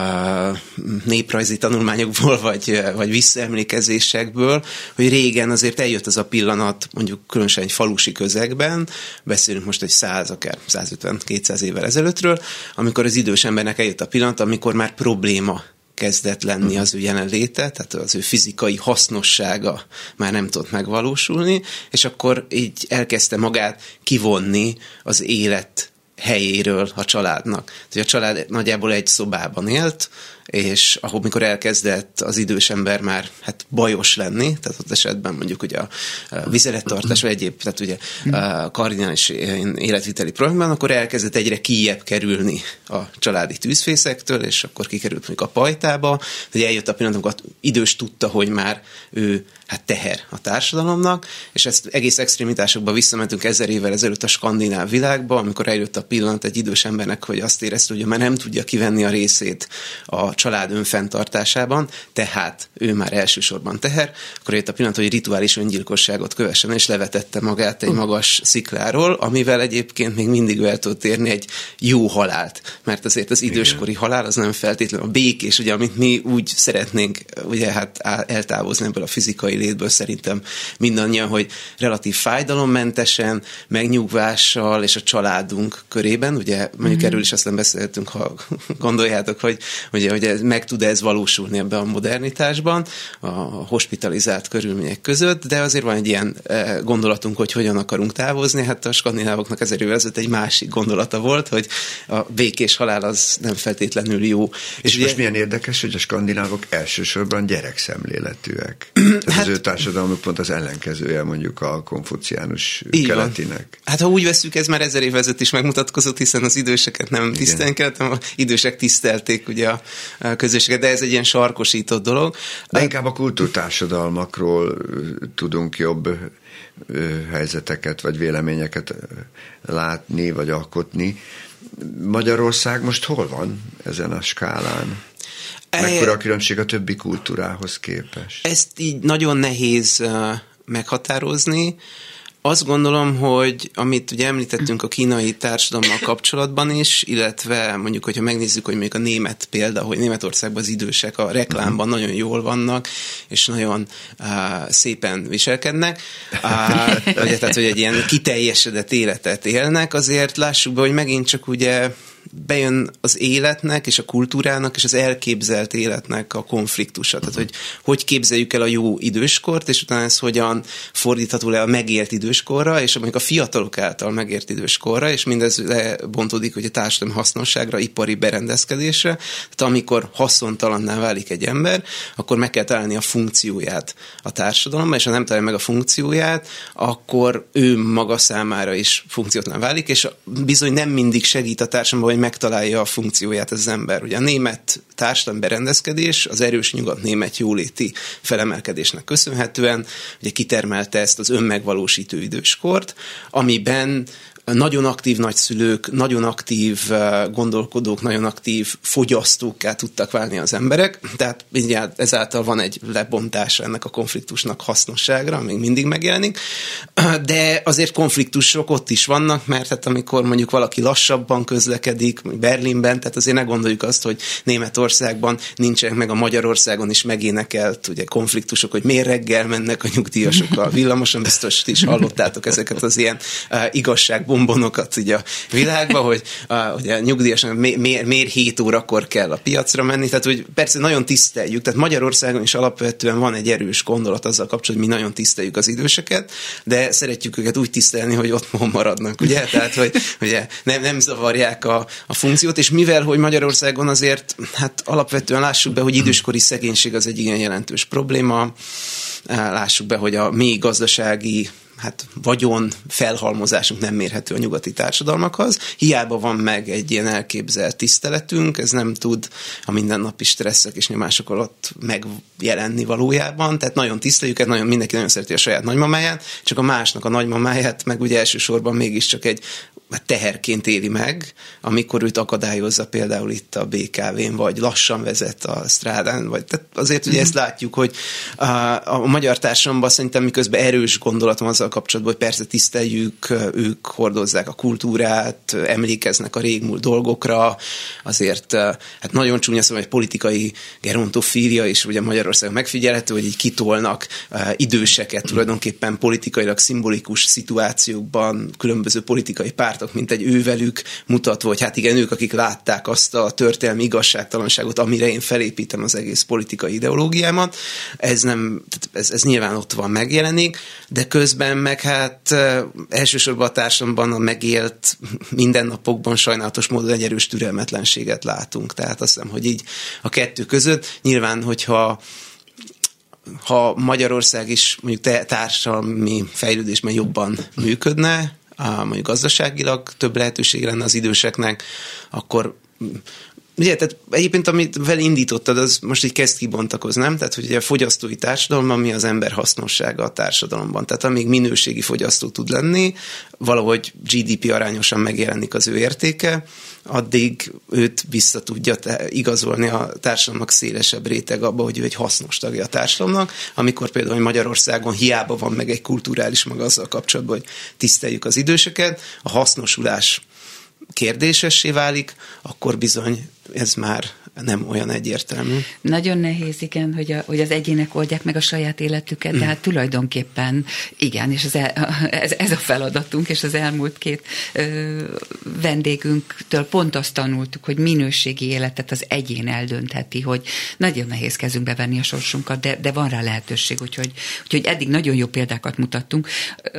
néprajzi tanulmányokból, vagy visszaemlékezésekből, hogy régen azért eljött az a pillanat, mondjuk különösen egy falusi közegben, beszélünk most egy 100, akár 150-200 évvel ezelőttről, amikor az idős embernek eljött a pillanat, amikor már probléma kezdett lenni az ő jelenléte, tehát az ő fizikai hasznossága már nem tudott megvalósulni, és akkor így elkezdte magát kivonni az élet helyéről a családnak. Tehát a család nagyjából egy szobában élt, és ahol mikor elkezdett az idős ember már bajos lenni, tehát ott esetben mondjuk ugye a vizelettartás vagy egyéb, tehát ugye a kardinális életviteli problémában, akkor elkezdett egyre kijjebb kerülni a családi tűzfészektől, és akkor kikerült mondjuk a pajtába, hogy eljött a pillanat, amikor idős tudta, hogy már ő teher a társadalomnak, és ezt egész extrémitásokba visszamentünk 1000 évvel ezelőtt a skandináv világba, amikor eljött a pillanat egy idős embernek, hogy azt érezte, hogy már nem tudja kivenni a részét a család önfenntartásában, tehát ő már elsősorban teher, akkor jött a pillanat, hogy rituális öngyilkosságot kövessen, és levetette magát egy magas szikláról, amivel egyébként még mindig el tudott érni egy jó halált, mert azért az időskori halál az nem feltétlenül a békés, ugye, amit mi úgy szeretnénk ugye, eltávozni ebből a fizikai létből, szerintem mindannyian, hogy relatív fájdalommentesen, megnyugvással és a családunk körében, ugye mondjuk erről is aztán beszélhetünk, ha gondoljátok, hogy meg tud ez valósulni ebben a modernitásban, a hospitalizált körülmények között, de azért van egy ilyen gondolatunk, hogy hogyan akarunk távozni. Hát a skandinávoknak 1000 évvel ezelőtt egy másik gondolata volt, hogy a békés halál az nem feltétlenül jó. És ugye, most milyen érdekes, hogy a skandinávok elsősorban gyerekszemléletűek. Az ő társadalmuk pont az ellenkezője mondjuk a konfuciánus keletinek. Hát ha úgy veszük, ez már 1000 évvel ezelőtt is megmutatkozott, hiszen az időseket nem tisztelni kellett, hanem az idősek tisztelték ugye a közösséget, de ez egy ilyen sarkosított dolog. De inkább a kultúrtársadalmakról tudunk jobb helyzeteket vagy véleményeket látni vagy alkotni. Magyarország most hol van ezen a skálán? Mekkora a különbség a többi kultúrához képest? Ezt így nagyon nehéz meghatározni. Azt gondolom, hogy amit ugye említettünk a kínai társadalommal kapcsolatban is, illetve mondjuk, hogyha megnézzük, hogy mondjuk a német példa, hogy Németországban az idősek a reklámban nagyon jól vannak, és nagyon szépen viselkednek, ugye, tehát, hogy egy ilyen kiteljesedett életet élnek, azért lássuk be, hogy megint csak ugye bejön az életnek és a kultúrának és az elképzelt életnek a konfliktusa. Tehát, hogy képzeljük el a jó időskort, és utána ez hogyan fordítható le a megélt időskorra, és mondjuk a fiatalok által megért időskorra, és mindez lebontódik ugye társadalmi hasznosságra, ipari berendezkedésre. Tehát amikor haszontalanná válik egy ember, akkor meg kell találni a funkcióját a társadalomban, és ha nem találja meg a funkcióját, akkor ő maga számára is funkciótlan válik, és bizony nem mindig segít a társadalomban, hogy megtalálja a funkcióját az ember. Ugye a német társadalmi berendezkedés az erős nyugat-német jóléti felemelkedésnek köszönhetően ugye kitermelte ezt az önmegvalósító időskort, amiben nagyon aktív nagyszülők, nagyon aktív gondolkodók, nagyon aktív fogyasztókká tudtak válni az emberek, tehát ezáltal van egy lebontása ennek a konfliktusnak hasznosságra, még mindig megjelenik, de azért konfliktusok ott is vannak, mert hát amikor mondjuk valaki lassabban közlekedik, Berlinben, tehát azért ne gondoljuk azt, hogy Németországban nincsenek meg a Magyarországon is megénekelt ugye konfliktusok, hogy miért reggel mennek a nyugdíjasok a villamoson, biztos is hallottátok ezeket az ilyen igazságbombonokat ugye a világban, hogy ugye nyugdíjasan miért 7 órakor kell a piacra menni, tehát hogy persze nagyon tiszteljük, tehát Magyarországon is alapvetően van egy erős gondolat azzal kapcsolatban, hogy mi nagyon tiszteljük az időseket, de szeretjük őket úgy tisztelni, hogy ott maradnak, ugye? Tehát, hogy ugye nem zavarják a funkciót, és mivel, hogy Magyarországon azért, hát alapvetően lássuk be, hogy időskori szegénység az egy igen jelentős probléma, lássuk be, hogy a mély gazdasági vagyon felhalmozásunk nem mérhető a nyugati társadalmakhoz. Hiába van meg egy ilyen elképzelt tiszteletünk, ez nem tud a mindennapi stresszek és nyomások alatt megjelenni valójában. Tehát nagyon tiszteljük, mindenki nagyon szereti a saját nagymamáját, csak a másnak a nagymamáját meg ugye elsősorban mégiscsak egy teherként éli meg, amikor őt akadályozza például itt a BKV-n, vagy lassan vezet a strádán, vagy tehát azért ugye ezt látjuk, hogy a magyar társadalomban szerintem miközben erős gondolatom azzal kapcsolatban, hogy persze tiszteljük, ők hordozzák a kultúrát, emlékeznek a régmúlt dolgokra, azért hát nagyon csúnya szóval egy politikai gerontofília is ugye Magyarországon megfigyelhető, hogy így kitolnak időseket tulajdonképpen politikailag szimbolikus szituációkban különböző politikai pártok, mint egy ővelük mutatva, hogy hát igen, ők, akik látták azt a történelmi igazságtalanságot, amire én felépítem az egész politikai ideológiámat. Ez nyilván ott van, megjelenik, de közben meg hát elsősorban a társadalomban a megélt mindennapokban sajnálatos módon egy erős türelmetlenséget látunk. Tehát azt hiszem, hogy így a kettő között nyilván, hogyha Magyarország is mondjuk társadalmi fejlődésben jobban működne, mondjuk gazdaságilag több lehetőség lenne az időseknek, akkor ugye, tehát egyébként, amit vele indítottad, az most így kezd kibontakozni, nem? Tehát, hogy ugye a fogyasztói társadalomban mi az ember hasznossága a társadalomban. Tehát amíg minőségi fogyasztó tud lenni, valahogy GDP arányosan megjelenik az ő értéke, addig őt vissza tudja igazolni a társadalomnak szélesebb réteg abba, hogy ő egy hasznos tagja a társadalomnak, amikor például Magyarországon hiába van meg egy kulturális maga azzal kapcsolatban, hogy tiszteljük az időseket, a hasznosulás kérdésessé válik, akkor bizony ez már nem olyan egyértelmű. Nagyon nehéz, igen, hogy az egyének oldják meg a saját életüket, de hát tulajdonképpen igen, és ez a feladatunk, és az elmúlt 2 vendégünktől pont azt tanultuk, hogy minőségi életet az egyén eldöntheti, hogy nagyon nehéz kezünkbe venni a sorsunkat, de van rá lehetőség, úgyhogy eddig nagyon jó példákat mutattunk.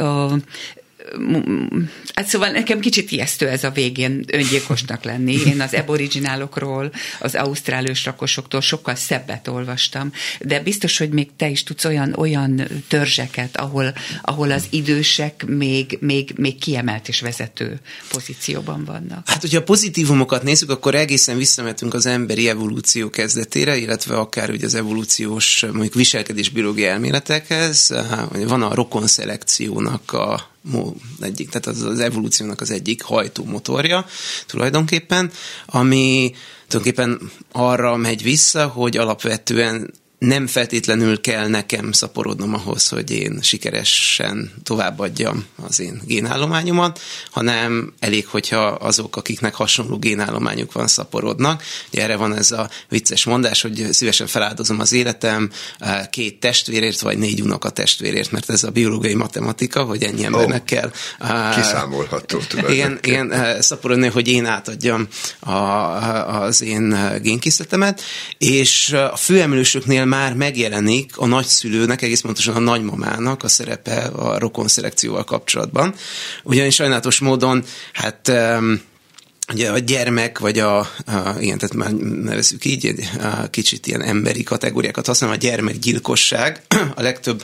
Hát szóval nekem kicsit ijesztő ez a végén öngyilkosnak lenni. Én az aboriginálokról, az ausztrál őslakosoktól sokkal szebbet olvastam, de biztos, hogy még te is tudsz olyan törzseket, ahol az idősek még kiemelt és vezető pozícióban vannak. Hát, hogyha a pozitívumokat nézzük, akkor egészen visszamentünk az emberi evolúció kezdetére, illetve akár ugye az evolúciós mondjuk viselkedésbiológiai elméletekhez. Van a rokonszelekciónak egyik, tehát az evolúciónak az egyik hajtómotorja tulajdonképpen, ami tulajdonképpen arra megy vissza, hogy alapvetően nem feltétlenül kell nekem szaporodnom ahhoz, hogy én sikeresen továbbadjam az én génállományomat, hanem elég, hogyha azok, akiknek hasonló génállományuk van, szaporodnak. Ugye erre van ez a vicces mondás, hogy szívesen feláldozom az életem 2 testvérért, vagy 4 unoka testvérért, mert ez a biológiai matematika, hogy ennyi embernek kell. Kiszámolható tulajdonképpen. Igen, szaporodni, hogy én átadjam az én génkészletemet, és a főemlősöknél már megjelenik a nagyszülőnek, egész pontosan a nagymamának a szerepe a rokonszelekcióval kapcsolatban. Ugyanis sajnálatos módon, hát ugye a gyermek, vagy igen, tehát már nevezzük így, kicsit ilyen emberi kategóriákat használom, a gyermekgyilkosság a legtöbb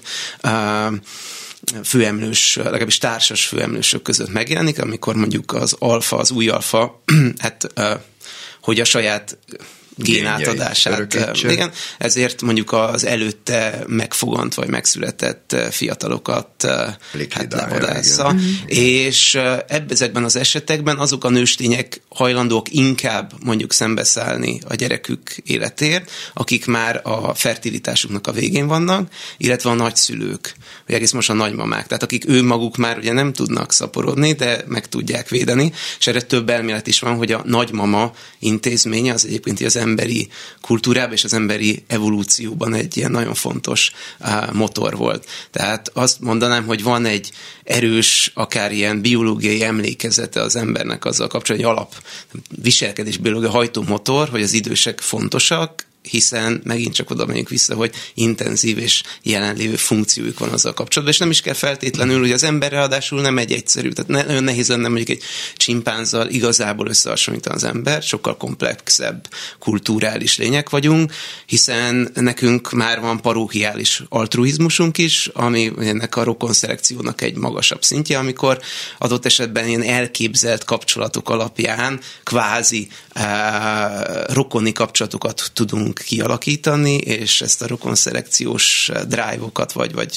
főemlős, legalábbis társas főemlősök között megjelenik, amikor mondjuk az alfa, az új alfa, hát hogy a saját génátadását. Igen, ezért mondjuk az előtte megfogant vagy megszületett fiatalokat levadásza. És ezekben az esetekben azok a nőstények hajlandók inkább mondjuk szembeszállni a gyerekük életért, akik már a fertilitásuknak a végén vannak, illetve a nagyszülők, vagy egész most a nagymamák, tehát akik maguk már ugye nem tudnak szaporodni, de meg tudják védeni, és erre több elmélet is van, hogy a nagymama intézménye az egyébként az emberi kultúrában és az emberi evolúcióban egy ilyen nagyon fontos motor volt. Tehát azt mondanám, hogy van egy erős, akár ilyen biológiai emlékezete az embernek azzal kapcsolatban, egy alap viselkedés biológiai hajtómotor, hogy az idősek fontosak, hiszen megint csak oda megyünk vissza, hogy intenzív és jelenlévő funkciójuk van azzal kapcsolatban, és nem is kell feltétlenül, hogy az ember ráadásul nem egy egyszerű, tehát nagyon nehéz lenne mondjuk egy csimpánzzal igazából összehasonlítani az ember, sokkal komplexebb kulturális lények vagyunk, hiszen nekünk már van parókiális altruizmusunk is, ami ennek a rokonszelekciónak egy magasabb szintje, amikor adott esetben ilyen elképzelt kapcsolatok alapján kvázi rokoni kapcsolatokat tudunk kialakítani, és ezt a rokonszelekciós drive-okat, vagy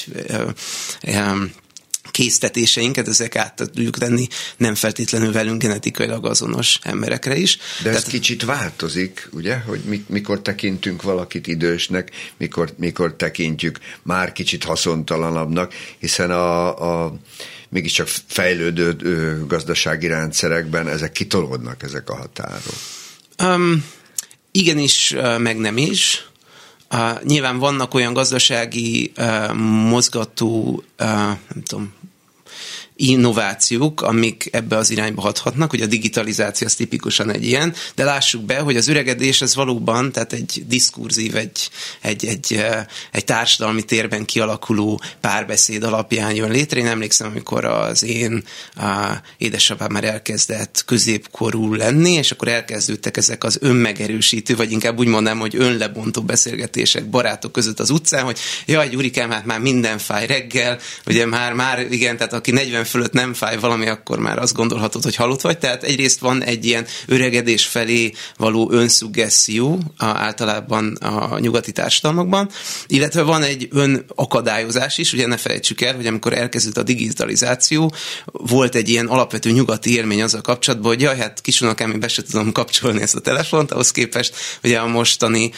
késztetéseinket, ezek át tudjuk tenni nem feltétlenül velünk genetikailag azonos emberekre is. De ez kicsit változik, ugye, hogy mikor tekintünk valakit idősnek, mikor tekintjük már kicsit haszontalanabbnak, hiszen a mégiscsak fejlődő gazdasági rendszerekben ezek kitolódnak, ezek a határok. Igenis, meg nem is. Nyilván vannak olyan gazdasági mozgató, nem tudom, innovációk, amik ebbe az irányba hathatnak, hogy a digitalizáció az tipikusan egy ilyen, de lássuk be, hogy az öregedés ez valóban, tehát egy diskurzív, egy társadalmi térben kialakuló párbeszéd alapján jön létre. Én emlékszem, amikor az én édesapám már elkezdett középkorú lenni, és akkor elkezdődtek ezek az önmegerősítő, vagy inkább úgy mondanám, hogy önlebontó beszélgetések barátok között az utcán, hogy jaj, Gyurikám, hát már minden fáj reggel, ugye már igen, tehát aki 40 fölött nem fáj valami, akkor már azt gondolhatod, hogy halott vagy. Tehát egyrészt van egy ilyen öregedés felé való önszuggeszió általában a nyugati társadalmakban, illetve van egy önakadályozás is, ugye ne felejtsük el, hogy amikor elkezdődött a digitalizáció, volt egy ilyen alapvető nyugati élmény azzal kapcsolatban, hogy jaj, hát kisunokám, én be se tudom kapcsolni ezt a telefont, ahhoz képest ugye a mostani,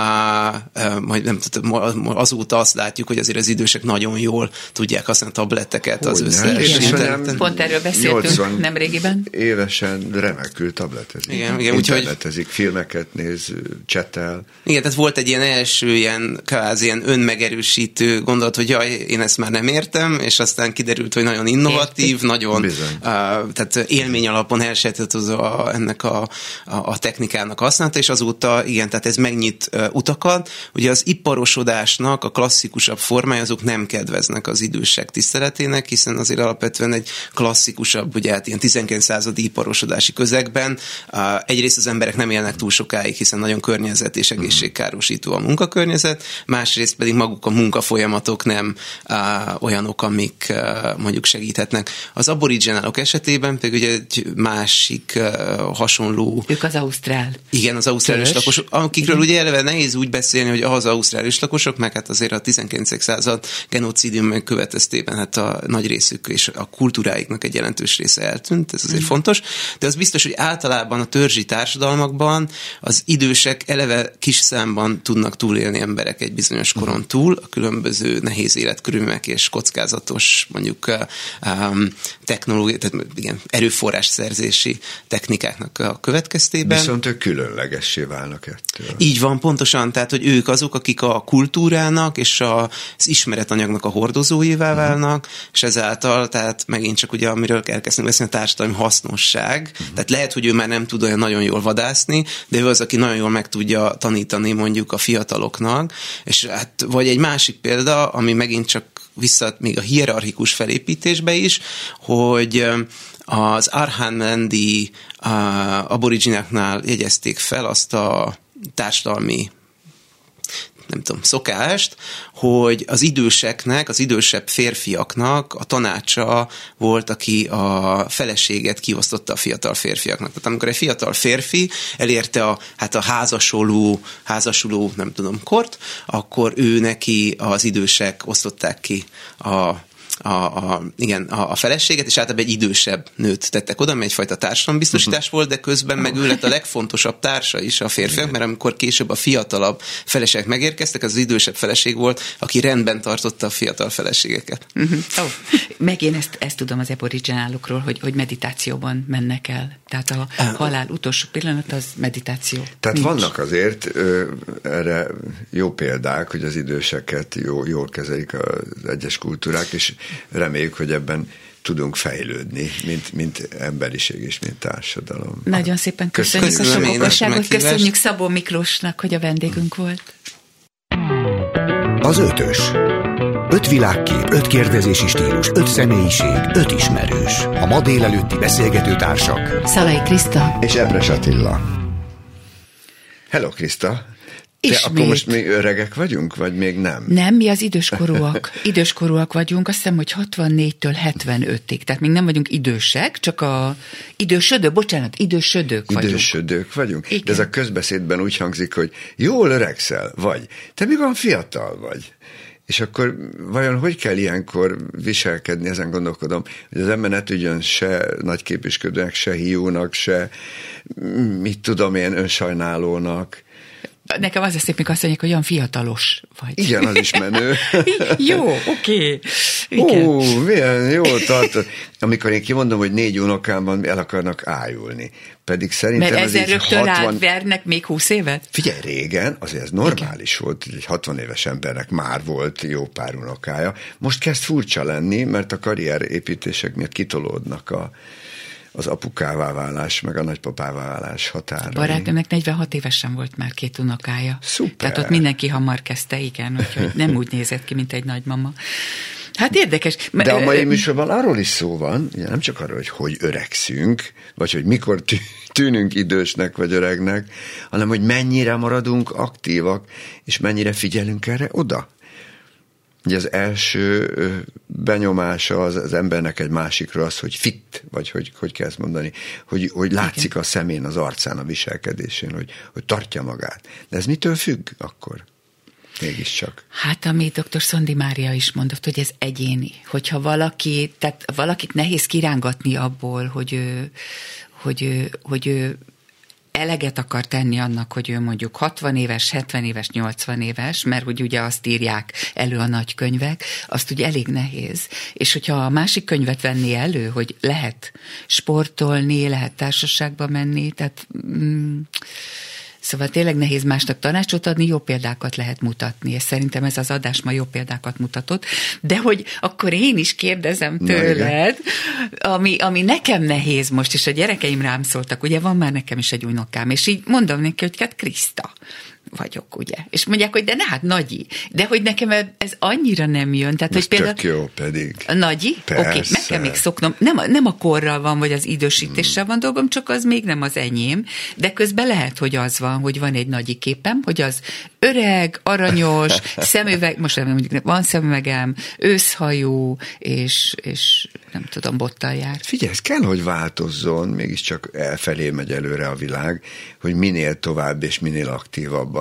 majd nem tudom, azóta azt látjuk, hogy azért az idősek nagyon jól tudják használni a tabletteket, az összes. Pont erről beszéltünk nemrégiben. Évesen remekül tabletezik. Igen, internetezik, filmeket néz, csetel. Igen, tehát volt egy ilyen első ilyen kvázi ilyen önmegerősítő gondolat, hogy jaj, én ezt már nem értem, és aztán kiderült, hogy nagyon innovatív, nagyon tehát élmény alapon elsejtett ennek a technikának használata, és azóta igen, tehát ez megnyit utakat. Ugye az iparosodásnak a klasszikusabb formája azok nem kedveznek az idősek tiszteletének, hiszen azért alapvetően egy klasszikusabb, ugye hát ilyen 19. századi iparosodási közegben egyrészt az emberek nem élnek túl sokáig, hiszen nagyon környezet és egészségkárosító a munkakörnyezet, másrészt pedig maguk a munkafolyamatok nem olyanok, amik mondjuk segíthetnek. Az aboriginálok esetében pedig ugye egy másik hasonló... Ők az ausztrál. Igen, az ausztrál őslakosok, akikről ugye eleve nehéz úgy beszélni, hogy az ausztrál őslakosok, meg hát azért a 19. század genocidium következtében hát a nagy részük és a kultúráiknak egy jelentős része eltűnt, ez azért fontos, de az biztos, hogy általában a törzsi társadalmakban az idősek eleve kis számban tudnak túlélni emberek egy bizonyos koron túl, a különböző nehéz életkörülmények és kockázatos mondjuk technológia, tehát igen, erőforrás szerzési technikáknak a következtében. Viszont ők különlegessé válnak ettől. Így van, pontosan, tehát hogy ők azok, akik a kultúrának és az ismeretanyagnak a hordozóivá válnak, és ezáltal, tehát megint csak ugye, amiről elkezdtünk beszélni, a társadalmi hasznosság, tehát lehet, hogy ő már nem tud olyan nagyon jól vadászni, de ő az, aki nagyon jól meg tudja tanítani mondjuk a fiataloknak, és hát vagy egy másik példa, ami megint csak vissza még a hierarchikus felépítésbe is, hogy az Arnhem-Landi aborigináknál jegyezték fel azt a társadalmi szokást, hogy az időseknek, az idősebb férfiaknak a tanácsa volt, aki a feleséget kiosztotta a fiatal férfiaknak. Tehát amikor egy fiatal férfi elérte a házasuló kort, akkor ő neki az idősek osztották ki a feleséget, és általában egy idősebb nőt tettek oda, mert egyfajta társadalombiztosítás volt, de közben meg ő lett a legfontosabb társa is a férfiak, mert amikor később a fiatalabb feleségek megérkeztek, az idősebb feleség volt, aki rendben tartotta a fiatal feleségeket. Meg én ezt tudom az aboriginálokról, hogy meditációban mennek el. Tehát a halál utolsó pillanat az meditáció. Tehát vannak azért erre jó példák, hogy az időseket jól kezelik az egyes kultúrák, és reméljük, hogy ebben tudunk fejlődni, mint emberiség és mint társadalom. Nagyon szépen köszönjük a sok okosságot, köszönjük Szabó Miklósnak, hogy a vendégünk volt. Az ötös. 5 világkép, 5 kérdezési stílus, 5 személyiség, 5 ismerős. A ma délelőtti beszélgető társak Szalai Kriszta és Epres Attila. Hello, Kriszta! Akkor most még öregek vagyunk, vagy még nem? Nem, mi az időskorúak. Időskorúak vagyunk, azt hiszem, hogy 64-től 75-ig. Tehát még nem vagyunk idősek, csak idősödők vagyunk. Idősödők vagyunk. Igen. De ez a közbeszédben úgy hangzik, hogy jól öregszel, vagy te még olyan fiatal vagy. És akkor vajon hogy kell ilyenkor viselkedni, ezen gondolkodom, hogy az ember ne tudjon se nagyképűsködőnek, se hiúnak, se mit tudom én, önsajnálónak. Nekem az a szép, mikor azt mondják, hogy olyan fiatalos vagy. Igen, az is menő. Jó, oké. Milyen jól tartod. Amikor én kimondom, hogy 4 unokámban el akarnak ájulni. Pedig szerintem mert ez ezzel rögtön 60... átvernek még 20 évet? Figyelj, régen azért ez normális volt, hogy egy 60 éves embernek már volt jó pár unokája. Most kezd furcsa lenni, mert a karrierépítések miatt kitolódnak az apukává válás, meg a nagypapává válás határa. Barátomnak 46 évesen volt már 2 unokája. Szuper. Tehát ott mindenki hamar kezdte, igen, úgyhogy nem úgy nézett ki, mint egy nagymama. Hát érdekes. De a mai műsorban arról is szó van, ugye nem csak arról, hogy öregszünk, vagy hogy mikor tűnünk idősnek vagy öregnek, hanem hogy mennyire maradunk aktívak, és mennyire figyelünk erre oda. Ugye az első benyomása az embernek egy másikról az, hogy fit, vagy hogy kell ezt mondani, hogy látszik igen. A szemén, az arcán, a viselkedésén, hogy tartja magát. De ez mitől függ akkor? Mégiscsak. Hát, amit dr. Szondi Mária is mondott, hogy ez egyéni. Hogyha valakit nehéz kirángatni abból, hogy ő eleget akar tenni annak, hogy ő mondjuk 60 éves, 70 éves, 80 éves, mert hogy ugye azt írják elő a nagy könyvek, azt ugye elég nehéz. És hogyha a másik könyvet venni elő, hogy lehet sportolni, lehet társaságba menni, tehát... Szóval tényleg nehéz másnak tanácsot adni, jó példákat lehet mutatni, és szerintem ez az adás ma jó példákat mutatott, de hogy akkor én is kérdezem tőled, ami nekem nehéz most, és a gyerekeim rám szóltak, ugye van már nekem is egy unokám, és így mondom neki, hogy hát Kriszta vagyok, ugye? És mondják, hogy de hát Nagyi, de hogy nekem ez annyira nem jön. Tehát, most hogy például... tök jó pedig. Nagyi? Oké, meg kell még szoknom. Nem a korral van, vagy az idősítéssel van dolgom, csak az még nem az enyém, de közben lehet, hogy az van, hogy van egy Nagyi képem, hogy az öreg, aranyos, szemüveg, most nem mondjuk, van szemüvegem, őszhajú, és nem tudom, bottal jár. Figyelj, ez kell, hogy változzon, mégiscsak elfelé megy előre a világ, hogy minél tovább és minél aktívabban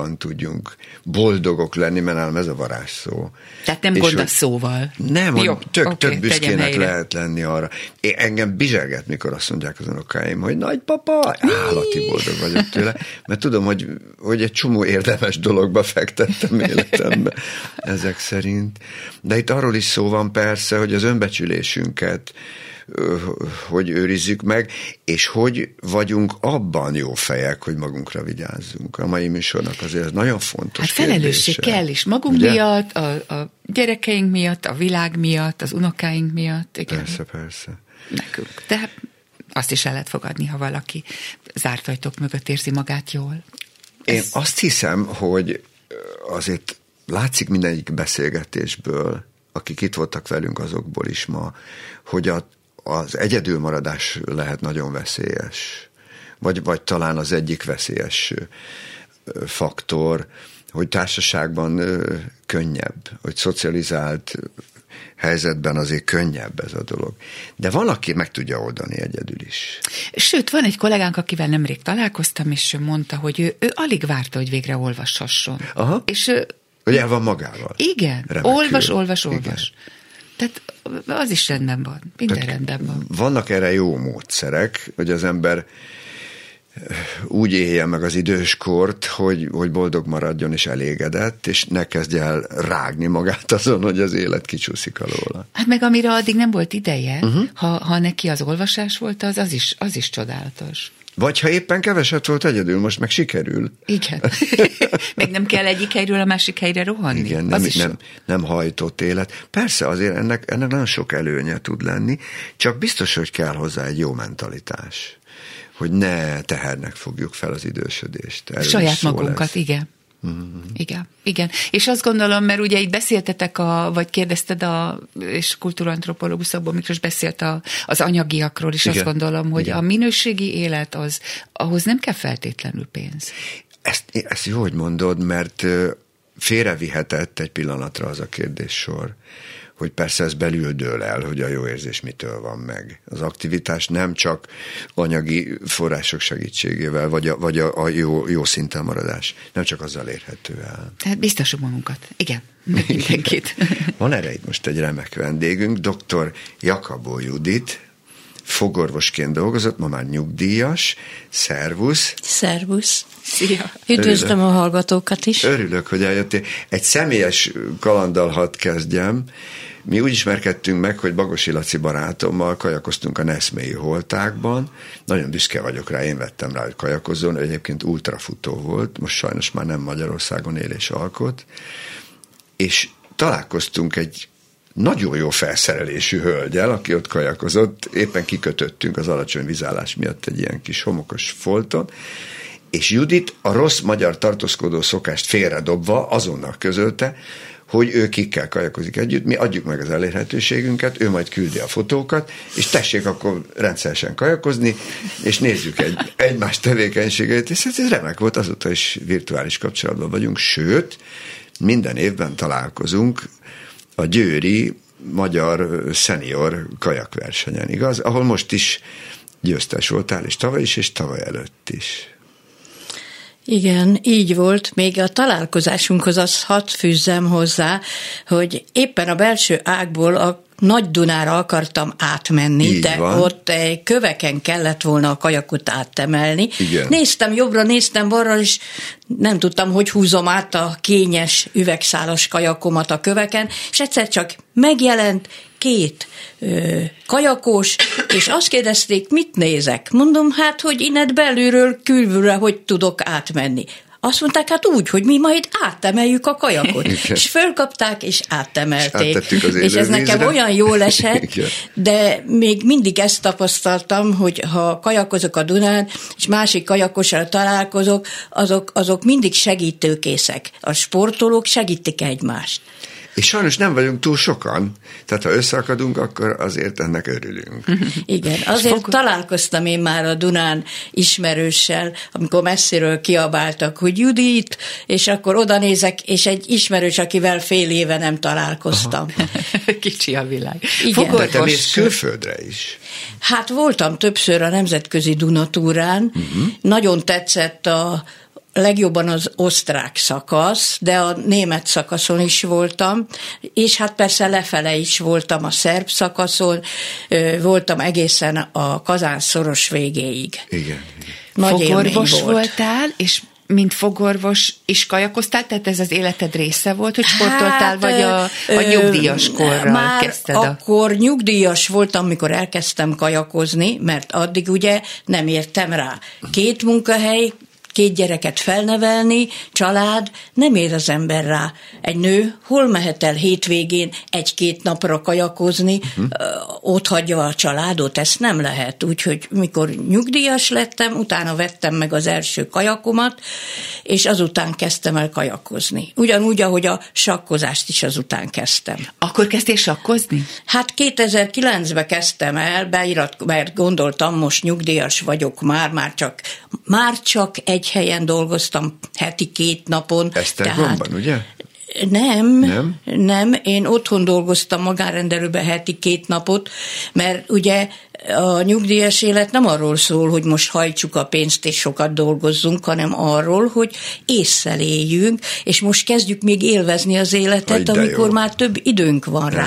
jobban tudjunk boldogok lenni, mert nálam ez a varázsszó. Tehát nem gond a szóval. Nem, jó, tök büszkének lehet lenni arra. Engem bizserget, mikor azt mondják az unokáim, hogy nagypapa, állati boldog vagyok tőle, mert tudom, hogy egy csomó érdemes dologba fektettem életembe ezek szerint. De itt arról is szó van persze, hogy az önbecsülésünket hogy őrizzük meg, és hogy vagyunk abban jó fejek, hogy magunkra vigyázzunk. A mai műsornak azért ez nagyon fontos. Hát felelősség kell is. Magunk miatt, a gyerekeink miatt, a világ miatt, az unokáink miatt. Igen. Persze. Nekünk. De azt is el lehet fogadni, ha valaki zárt ajtók mögött érzi magát jól. Én azt hiszem, hogy azért látszik mindegyik beszélgetésből, akik itt voltak velünk azokból is ma, hogy az egyedülmaradás lehet nagyon veszélyes. Vagy talán az egyik veszélyes faktor, hogy társaságban könnyebb, hogy szocializált helyzetben azért könnyebb ez a dolog. De van, aki meg tudja oldani egyedül is. Sőt, van egy kollégánk, akivel nemrég találkoztam, és ő mondta, hogy ő alig várta, hogy végre olvashasson. Aha. És hogy el van magával. Igen, remekül. Olvas. Igen. Tehát az is rendben van. Minden rendben van. Vannak erre jó módszerek, hogy az ember úgy élje meg az időskort, hogy boldog maradjon és elégedett, és ne kezdje el rágni magát azon, hogy az élet kicsúszik alóla. Hát meg amire addig nem volt ideje, ha neki az olvasás volt, az is csodálatos. Vagy ha éppen keveset volt egyedül, most meg sikerül. Igen. Meg nem kell egyik helyről a másik helyre rohanni. Igen, nem hajtott élet. Persze azért ennek nagyon sok előnye tud lenni, csak biztos, hogy kell hozzá egy jó mentalitás, hogy ne tehernek fogjuk fel az idősödést. Erről saját magunkat, lesz. Igen. Igen. És azt gondolom, mert ugye itt beszéltetek, vagy kérdezted és kultúrantropológusokból Miklós beszélt az anyagiakról, és azt gondolom, hogy a minőségi élet ahhoz nem kell feltétlenül pénz. Ezt jó, hogy mondod, mert félrevihetett egy pillanatra az a kérdéssor, hogy persze ez belül dől el, hogy a jó érzés mitől van meg. Az aktivitás nem csak anyagi források segítségével, vagy a jó szinten maradás, nem csak azzal érhető el. Tehát biztosuk magunkat. Igen, mindenkit. Van erre itt most egy remek vendégünk, dr. Jakabó Judit, fogorvosként dolgozott, ma már nyugdíjas. Szervusz! Szervusz! Szia! Üdvözlöm a hallgatókat is! Örülök, hogy eljöttél. Egy személyes kalanddal hadd kezdjem. Mi úgy ismerkedtünk meg, hogy Bagosi Laci barátommal kajakoztunk a Neszmélyi holtákban. Nagyon büszke vagyok rá, én vettem rá, hogy kajakozzon. Ő egyébként ultrafutó volt, most sajnos már nem Magyarországon él és alkot. És találkoztunk egy nagyon jó felszerelésű hölgyel, aki ott kajakozott, éppen kikötöttünk az alacsony vízállás miatt egy ilyen kis homokos folton, és Judit a rossz magyar tartózkodó szokást félredobva azonnal közölte, hogy ő kikkel kajakozik együtt, mi adjuk meg az elérhetőségünket, ő majd küldi a fotókat, és tessék akkor rendszeresen kajakozni, és nézzük egymás tevékenységeit, és ez remek volt, azóta is virtuális kapcsolatban vagyunk, sőt, minden évben találkozunk a győri magyar szenior kajakversenyen, igaz? Ahol most is győztes voltál, és tavaly is, és tavaly előtt is. Igen, így volt. Még a találkozásunkhoz azt hadd fűzzem hozzá, hogy éppen a belső ágból a Nagy-Dunára akartam átmenni, így de van. Ott egy köveken kellett volna a kajakot átemelni. Igen. Néztem jobbra, néztem balra, és nem tudtam, hogy húzom át a kényes üvegszálas kajakomat a köveken, és egyszer csak megjelent két kajakos, és azt kérdezték, mit nézek? Mondom, hát, hogy innen belülről kívülre, hogy tudok átmenni. Azt mondták, hát úgy, hogy mi majd átemeljük a kajakot. És fölkapták, és átemelték. És ez nekem olyan jól esett, de még mindig ezt tapasztaltam, hogy ha kajakozok a Dunán, és másik kajakossal találkozok, azok mindig segítőkészek. A sportolók segítik egymást. És sajnos nem vagyunk túl sokan, tehát ha összeakadunk, akkor azért ennek örülünk. Igen, azért találkoztam én már a Dunán ismerőssel, amikor messziről kiabáltak, hogy Judit, és akkor oda nézek, és egy ismerős, akivel fél éve nem találkoztam. Kicsi a világ. Igen. De te mész külföldre is. Hát voltam többször a nemzetközi Dunatúrán, nagyon tetszett legjobban az osztrák szakasz, de a német szakaszon is voltam, és hát persze lefele is voltam a szerb szakaszon, voltam egészen a Kazán-szoros végéig. Igen. Nagy fogorvos voltál, és mint fogorvos is kajakoztál, tehát ez az életed része volt, hogy sportoltál, vagy a nyugdíjas korral kezdted? Már akkor nyugdíjas voltam, amikor elkezdtem kajakozni, mert addig ugye nem értem rá. 2 munkahely, 2 gyereket felnevelni, család, nem ér az ember rá. Egy nő hol mehet el hétvégén 1-2 napra kajakozni, ott hagyja a családot, ezt nem lehet. Úgyhogy mikor nyugdíjas lettem, utána vettem meg az első kajakomat, és azután kezdtem el kajakozni. Ugyanúgy, ahogy a sakkozást is azután kezdtem. Akkor kezdtél sakkozni? Hát 2009-ben kezdtem el, mert gondoltam, most nyugdíjas vagyok már csak egy helyen dolgoztam heti 2 napon. Esztergomban, ugye? Nem, én otthon dolgoztam magánrendelőben heti 2 napot, mert ugye a nyugdíjas élet nem arról szól, hogy most hajtsuk a pénzt és sokat dolgozzunk, hanem arról, hogy ésszel éljünk, és most kezdjük még élvezni az életet, amikor már több időnk van rá.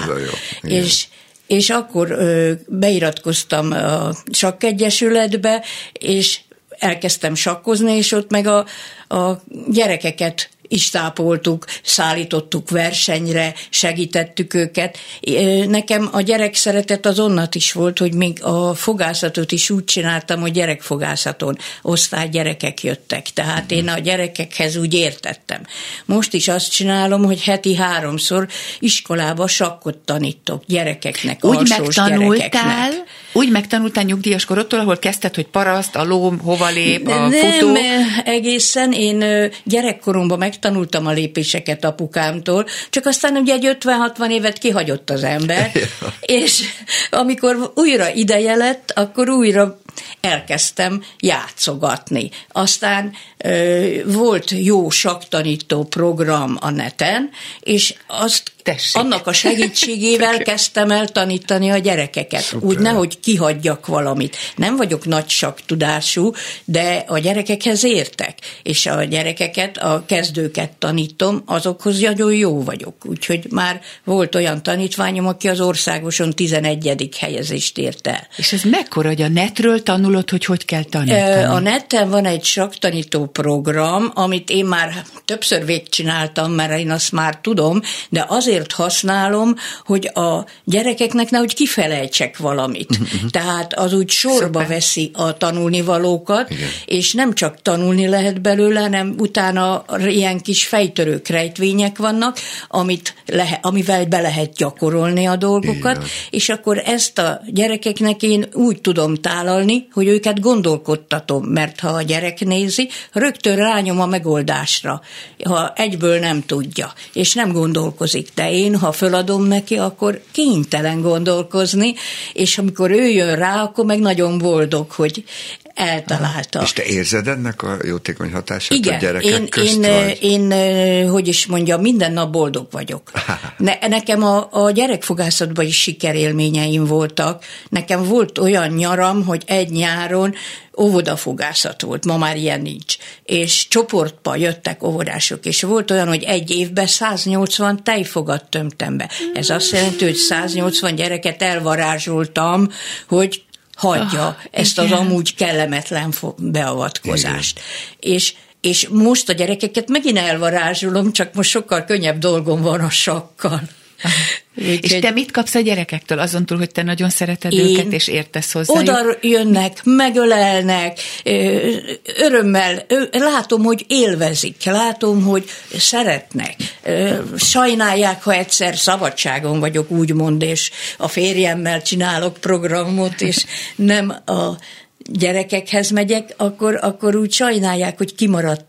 És akkor beiratkoztam a sakkegyesületbe, és elkezdtem sakkozni, és ott meg a gyerekeket is tápoltuk, szállítottuk versenyre, segítettük őket. Nekem a gyerekszeretet az onnat is volt, hogy még a fogászatot is úgy csináltam, hogy gyerekfogászaton osztálygyerekek jöttek. Tehát én a gyerekekhez úgy értettem. Most is azt csinálom, hogy heti 3-szor iskolába sakkot tanítok gyerekeknek, alsós gyerekeknek. Úgy megtanultál nyugdíjas korodtól, ahol kezdted, hogy paraszt, a ló, hova lép, a futó? Nem, egészen. Én gyerekkoromban megtanultam a lépéseket apukámtól, csak aztán ugye egy 50-60 évet kihagyott az ember, és amikor újra ideje lett, akkor újra elkezdtem játszogatni. Aztán volt jó sakktanító program a neten, és annak a segítségével kezdtem el tanítani a gyerekeket. Szuper. Úgy nehogy kihagyjak valamit. Nem vagyok nagy sakktudású, de a gyerekekhez értek, és a gyerekeket, a kezdőket tanítom, azokhoz nagyon jó vagyok. Úgyhogy már volt olyan tanítványom, aki az országoson 11. helyezést ért el. És ez mekkora, hogy a netről tanulod, hogy kell tanítani? A neten van egy sakktanító program, amit én már többször végigcsináltam, mert én azt már tudom, de azért használom, hogy a gyerekeknek nehogy kifelejtsek valamit. Tehát az úgy sorba veszi a tanulnivalókat, és nem csak tanulni lehet belőle, hanem utána ilyen kis fejtörők, rejtvények vannak, amivel be lehet gyakorolni a dolgokat, és akkor ezt a gyerekeknek én úgy tudom tálalni, hogy őket gondolkodtatom, mert ha a gyerek nézi, rögtön rányom a megoldásra, ha egyből nem tudja, és nem gondolkozik. De én, ha föladom neki, akkor kénytelen gondolkozni, és amikor ő jön rá, akkor meg nagyon boldog, hogy eltalálta. És te érzed ennek a jótékony hatását igen, a gyerekek közt? Én, hogy is mondjam, minden nap boldog vagyok. Nekem a gyerekfogászatban is sikerélményeim voltak. Nekem volt olyan nyaram, hogy egy nyáron óvodafogászat volt, ma már ilyen nincs. És csoportba jöttek óvodások, és volt olyan, hogy egy évben 180 tejfogat tömtem be. Ez azt jelenti, hogy 180 gyereket elvarázsoltam, hogy hagyja ezt az amúgy kellemetlen beavatkozást. És most a gyerekeket megint elvarázsolom, csak most sokkal könnyebb dolgom van a sakkal. És te mit kapsz a gyerekektől, azon túl, hogy te nagyon szereted őket, és értesz hozzájuk? Oda jönnek, megölelnek, örömmel, látom, hogy élvezik, látom, hogy szeretnek, sajnálják, ha egyszer szabadságon vagyok, úgymond, és a férjemmel csinálok programot, és nem a gyerekekhez megyek, akkor úgy sajnálják, hogy kimaradt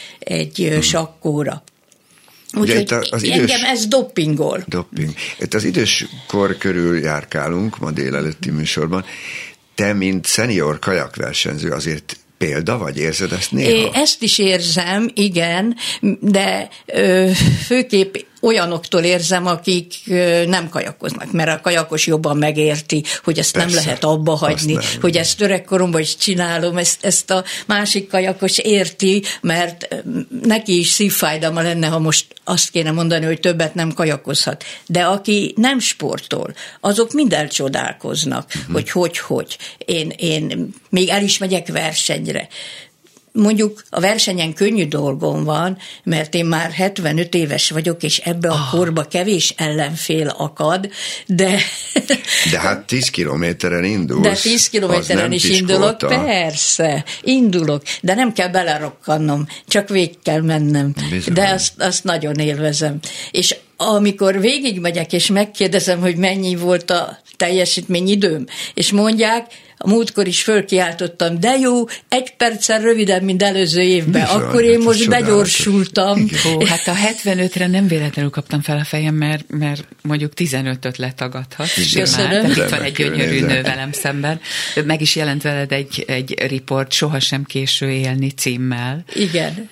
egy sakkóra. Úgyhogy engem ez doppingol. Itt az idős kor körül járkálunk ma délelőtti műsorban. Te, mint szenior kajakversenyző, azért példa vagy? Érzed ezt néha? Ezt is érzem, igen, de főképp olyanoktól érzem, akik nem kajakoznak, mert a kajakos jobban megérti, hogy ezt nem lehet abba hagyni, hogy ezt öregkoromban is csinálom, ezt a másik kajakos érti, mert neki is szívfájdalma lenne, ha most azt kéne mondani, hogy többet nem kajakozhat. De aki nem sportol, azok mind elcsodálkoznak, hogy. Én még el is megyek versenyre. Mondjuk a versenyen könnyű dolgom van, mert én már 75 éves vagyok, és ebbe a korba kevés ellenfél akad, de hát 10 kilométeren indulsz. De 10 kilométeren is indulok, persze, indulok, de nem kell belerokkannom, csak végig kell mennem. Bizony. De azt nagyon élvezem. És amikor végigmegyek, és megkérdezem, hogy mennyi volt a teljesítményidőm, és mondják, a múltkor is fölkiáltottam, de jó, 1 perccel rövidebb, mint előző évben. Bizony, akkor én most begyorsultam. Ó, hát a 75-re nem véletlenül kaptam fel a fejem, mert mondjuk 15-öt letagadhatsz. Köszönöm. Itt van egy gyönyörű nő velem szemben. Meg is jelent veled egy riport, Sohasem késő élni címmel. Igen.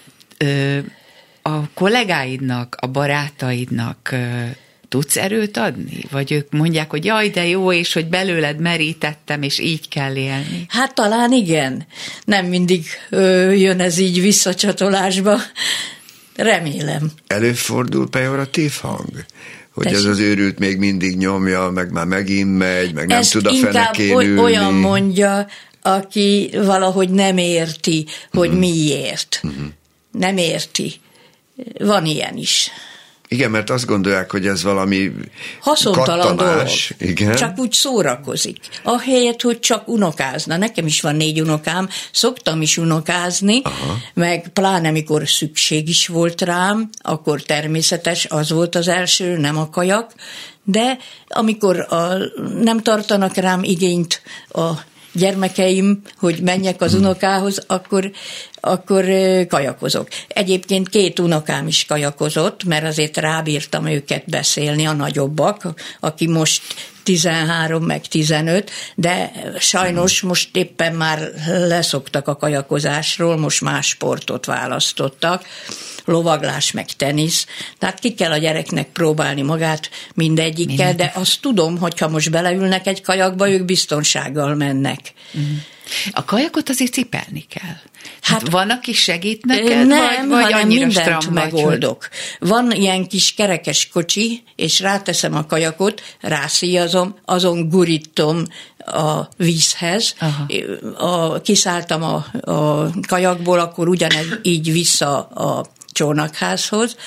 A kollégáidnak, a barátaidnak tudsz erőt adni? Vagy ők mondják, hogy jaj, de jó, és hogy belőled merítettem, és így kell élni? Hát talán igen. Nem mindig jön ez így visszacsatolásba. Remélem. Előfordul pejoratív hang? Hogy ez az őrült még mindig nyomja, meg már megint megy, meg nem tud a fenekén ülni. Inkább olyan mondja, aki valahogy nem érti, hogy miért. Nem érti. Van ilyen is. Igen, mert azt gondolják, hogy ez valami haszontalan dolog. Igen. Csak úgy szórakozik. Ahelyett, hogy csak unokázna. Nekem is van 4 unokám, szoktam is unokázni, meg pláne mikor szükség is volt rám, akkor természetes, az volt az első, nem a kajak, de amikor nem tartanak rám igényt a gyermekeim, hogy menjek az unokához, akkor kajakozok. Egyébként 2 unokám is kajakozott, mert azért rábírtam őket beszélni, a nagyobbak, aki most 13 meg 15, de sajnos most éppen már leszoktak a kajakozásról, most más sportot választottak, lovaglás meg tenisz, tehát ki kell a gyereknek próbálni magát mindegyikkel, de azt tudom, hogyha most beleülnek egy kajakba, ők biztonsággal mennek. A kajakot azért cipelni kell. Hát van, aki segít neked, nem, vagy hanem annyira mindent stram megoldok. Van ilyen kis kerekes kocsi, és ráteszem a kajakot, rászíjazom, azon gurítom a vízhez. Kiszálltam a kajakból, akkor ugyanez így vissza a csónakházhoz.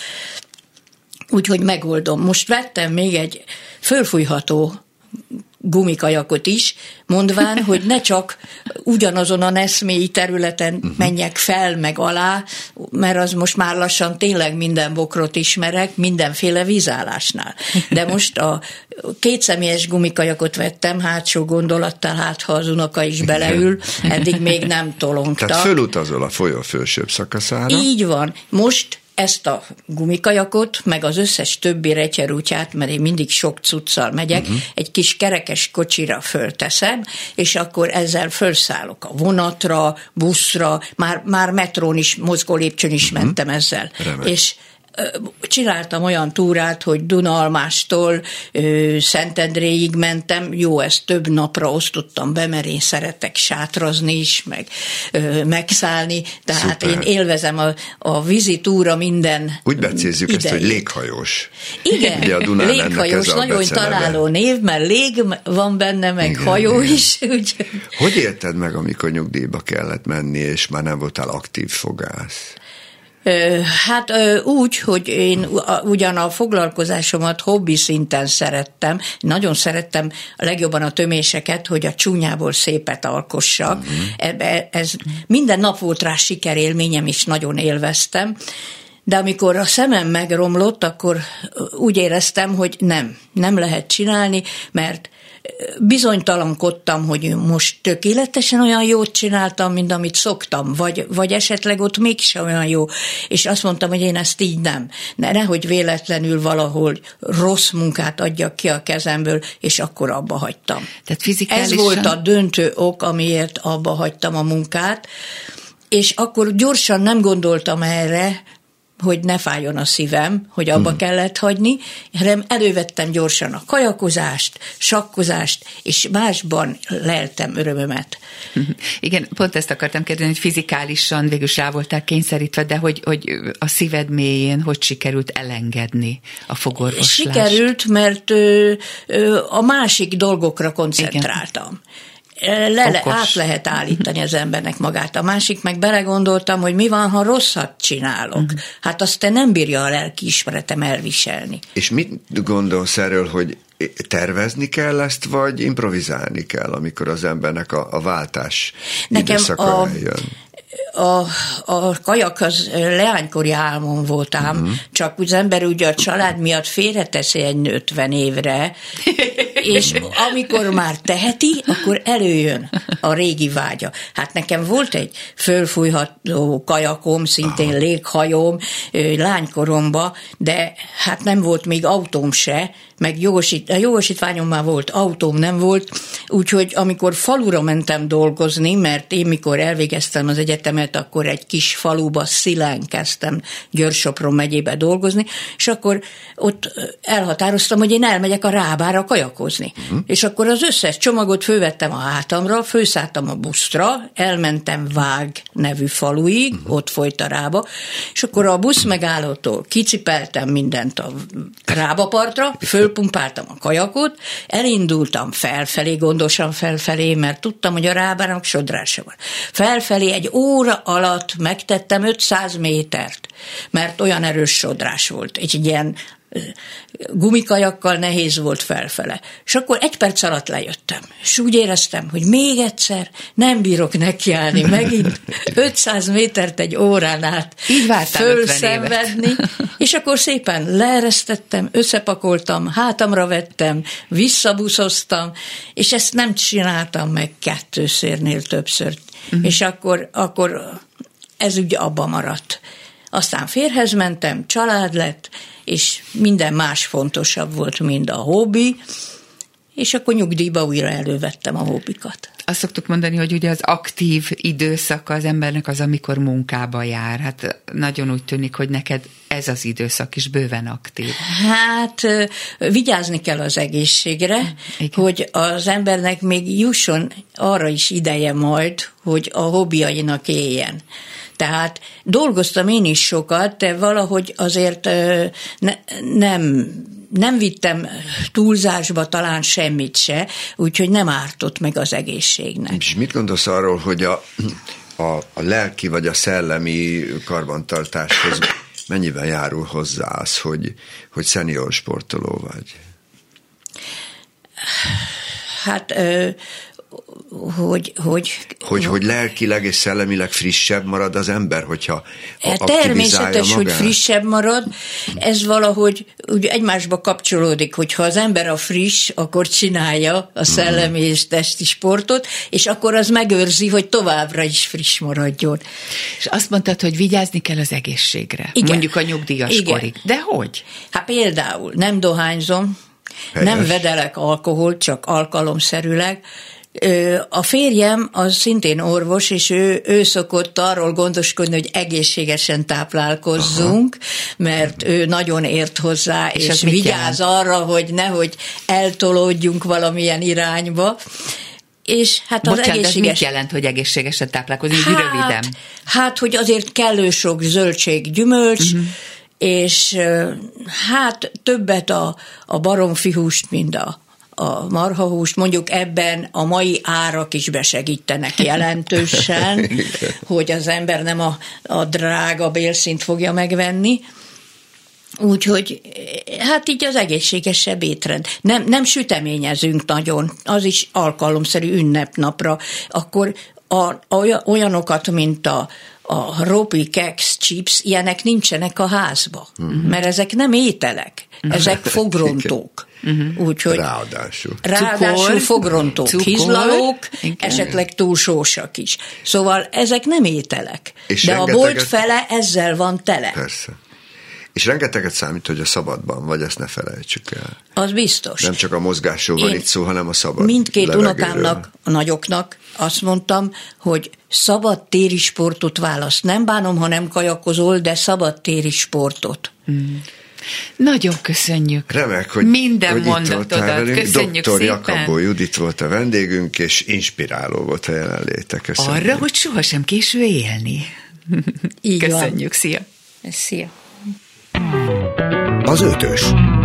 Úgyhogy megoldom. Most vettem még egy fölfújható gumikajakot is, mondván, hogy ne csak ugyanazon a neszmélyi területen menjek fel meg alá, mert az most már lassan tényleg minden bokrot ismerek, mindenféle vízállásnál. De most a 2 személyes gumikajakot vettem, hátsó gondolattal, hát ha az unoka is beleül, eddig még nem tolongtak. Tehát fölutazol a folyó felsőbb szakaszára? Így van. Most ezt a gumikajakot, meg az összes többi retyerútját, mert én mindig sok cuccal megyek, egy kis kerekes kocsira fölteszem, és akkor ezzel fölszállok a vonatra, buszra, már metrón is, mozgólépcsőn is mentem ezzel. Remek. És csináltam olyan túrát, hogy Dunalmástól Szentendréig mentem, jó, ezt több napra osztottam be, mert én szeretek sátrazni is, meg megszállni, tehát Szuper. én élvezem a vízi túra minden Úgy becézzük idejét. ezt, hogy léghajós. Igen, Ugye a Dunán léghajós, nagyon találó név, mert lég van benne, meg igen, hajó igen. is. Úgy. Hogy élted meg, amikor nyugdíjba kellett menni, és már nem voltál aktív fogász? Hát úgy, hogy én ugyan a foglalkozásomat hobbi szinten szerettem, nagyon szerettem a legjobban a töméseket, hogy a csúnyából szépet alkossak. Ez minden nap volt rá sikerélményem, és nagyon élveztem. De amikor a szemem megromlott, akkor úgy éreztem, hogy nem lehet csinálni, mert bizonytalankodtam, hogy most tökéletesen olyan jót csináltam, mint amit szoktam, vagy esetleg ott mégse olyan jó. És azt mondtam, hogy én ezt így nem. Nehogy véletlenül valahol rossz munkát adjak ki a kezemből, és akkor abba hagytam. Tehát fizikálisan... Ez volt a döntő ok, amiért abba hagytam a munkát, és akkor gyorsan nem gondoltam erre, hogy ne fájjon a szívem, hogy abba kellett hagyni, hanem elővettem gyorsan a kajakozást, sakkozást, és másban leltem örömömet. Igen, pont ezt akartam kérdezni, hogy fizikálisan végül rá voltál kényszerítve, de hogy a szíved mélyén hogy sikerült elengedni a fogorvoslást? Sikerült, mert a másik dolgokra koncentráltam. Át lehet állítani az embernek magát. A másik meg belegondoltam, hogy mi van, ha rosszat csinálok. Hát azt te nem bírja a lelkiismeretem elviselni. És mit gondolsz erről, hogy tervezni kell ezt, vagy improvizálni kell, amikor az embernek a váltás időszaka eljön? A kajak az leánykori álmom volt ám, csak az ember ugye a család miatt félreteszi egy 50 évre, és amikor már teheti, akkor előjön a régi vágya. Hát nekem volt egy fölfújható kajakom, szintén léghajóm lánykoromba, de hát nem volt még autóm se, meg jogosítványom már volt, autóm nem volt, úgyhogy amikor falura mentem dolgozni, mert én mikor elvégeztem az egyetemet, akkor egy kis faluba, Szilen kezdtem Győr-Sopron megyébe dolgozni, és akkor ott elhatároztam, hogy én elmegyek a Rábára kajakozni. És akkor az összes csomagot fölvettem a hátamra, fölszálltam a buszra, elmentem Vág nevű faluig, ott folyt a Rába, és akkor a busz megállótól kicipeltem mindent a Rábapartra, fölpumpáltam a kajakot, elindultam felfelé, gondosan felfelé, mert tudtam, hogy a Rábának sodrása van. Felfelé egy óra alatt megtettem 500 métert, mert olyan erős sodrás volt. Egy ilyen gumikajakkal nehéz volt felfele. És akkor 1 perc alatt lejöttem. És úgy éreztem, hogy még egyszer nem bírok nekiállni, megint 500 métert egy órán át fölszenvedni, és akkor szépen leeresztettem, összepakoltam, hátamra vettem, visszabuszoztam, és ezt nem csináltam meg 2-szernél többször. És akkor ez ugye abba maradt. Aztán férjhez mentem, család lett, és minden más fontosabb volt, mint a hobbi, és akkor nyugdíjba újra elővettem a hobbikat. Azt szoktuk mondani, hogy ugye az aktív időszaka az embernek az, amikor munkába jár. Hát nagyon úgy tűnik, hogy neked ez az időszak is bőven aktív. Hát vigyázni kell az egészségre, igen, hogy az embernek még jusson arra is ideje majd, hogy a hobbiainak éljen. Tehát dolgoztam én is sokat, de valahogy azért nem vittem túlzásba talán semmit se, úgyhogy nem ártott meg az egészségnek. És mit gondolsz arról, hogy a lelki vagy a szellemi karbantartáshoz mennyiben járul hozzá az, hogy szenior sportoló vagy? Hát... Hogy lelkileg és szellemileg frissebb marad az ember, hogyha természetes, hogy frissebb marad, ez valahogy ugye egymásba kapcsolódik, hogyha az ember a friss, akkor csinálja a szellemi és testi sportot, és akkor az megőrzi, hogy továbbra is friss maradjon. És azt mondtad, hogy vigyázni kell az egészségre, igen, mondjuk a nyugdíjas korig. De hogy? Hát például nem dohányzom, helyes, nem vedelek alkoholt, csak alkalomszerűleg. A férjem az szintén orvos, és ő szokott arról gondoskodni, hogy egészségesen táplálkozzunk, mert ő nagyon ért hozzá, és vigyáz arra, hogy nehogy eltolódjunk valamilyen irányba. És hát az egészséges... ez mit jelent, hogy egészségesen táplálkozni? Röviden. Hát, hogy azért kellő sok zöldség, gyümölcs, és hát többet a baromfihúst, mint a marhahúst, mondjuk ebben a mai árak is besegítenek jelentősen, hogy az ember nem a drága bérszint fogja megvenni. Úgyhogy hát így az egészségesebb étrend. Nem süteményezünk nagyon, az is alkalomszerű ünnepnapra. Akkor olyanokat, mint a ropi, keks, chips, ilyenek nincsenek a házba, mert ezek nem ételek, ezek fogrontók. Úgyhogy ráadásul fogrontók, hizlalók, esetleg túl sósak is. Szóval ezek nem ételek, de a bolt fele ezzel van tele. Persze. És rengeteget számít, hogy a szabadban vagy, ezt ne felejtsük el. Az biztos. Nem csak a mozgásról van itt szó, hanem a szabad mindkét levegőről. unokámnak, a nagyoknak azt mondtam, hogy szabad téri sportot választ. Nem bánom, ha nem kajakozol, de szabad téri sportot. Nagyon köszönjük. Remek, hogy minden hogy mondatodat. Köszönjük Dr. szépen. Jakabó Judit volt a vendégünk, és inspiráló volt a jelenléte. Köszönjük. Arra, hogy sohasem késő élni. Így Köszönjük, van. szia. Szia. Az ötös.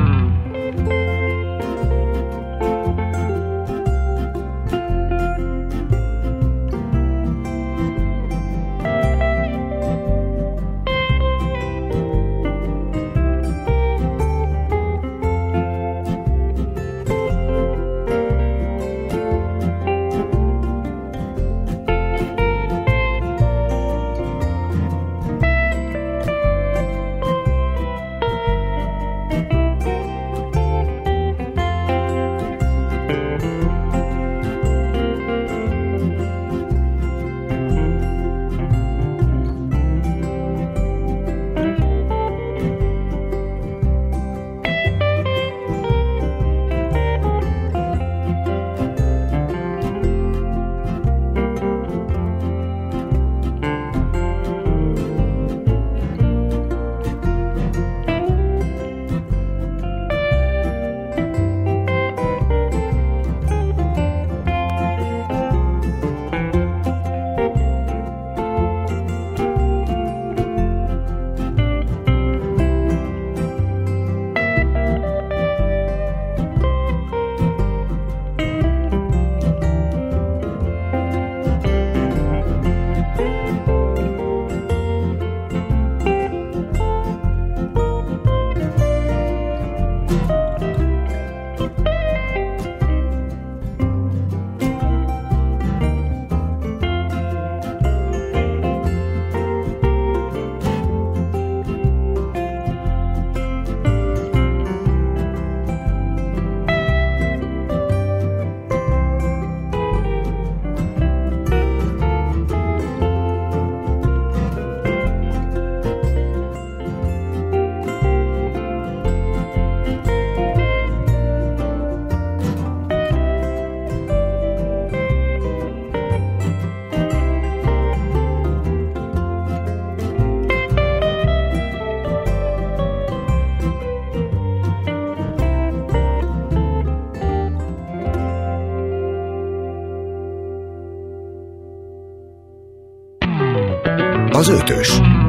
Az ötös.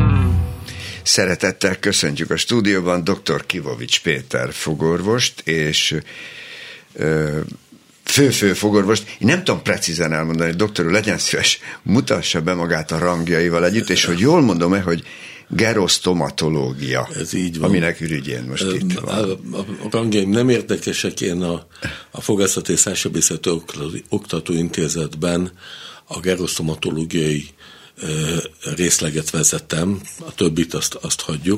Szeretettel köszöntjük a stúdióban dr. Kivovics Péter fogorvost, és fő fogorvost. Én nem tudom precízen elmondani, hogy doktor úr, legyen szíves, mutassa be magát a rangjaival együtt, és hogy jól mondom-e, hogy gerosztomatológia. Ez így van. Aminek ürügyén most itt van. A rangjaim nem érdekesek, én a Fogászati és Szájsebészeti Oktatóintézetben a gerosztomatológiai részleget vezettem, a többit azt hagyjuk,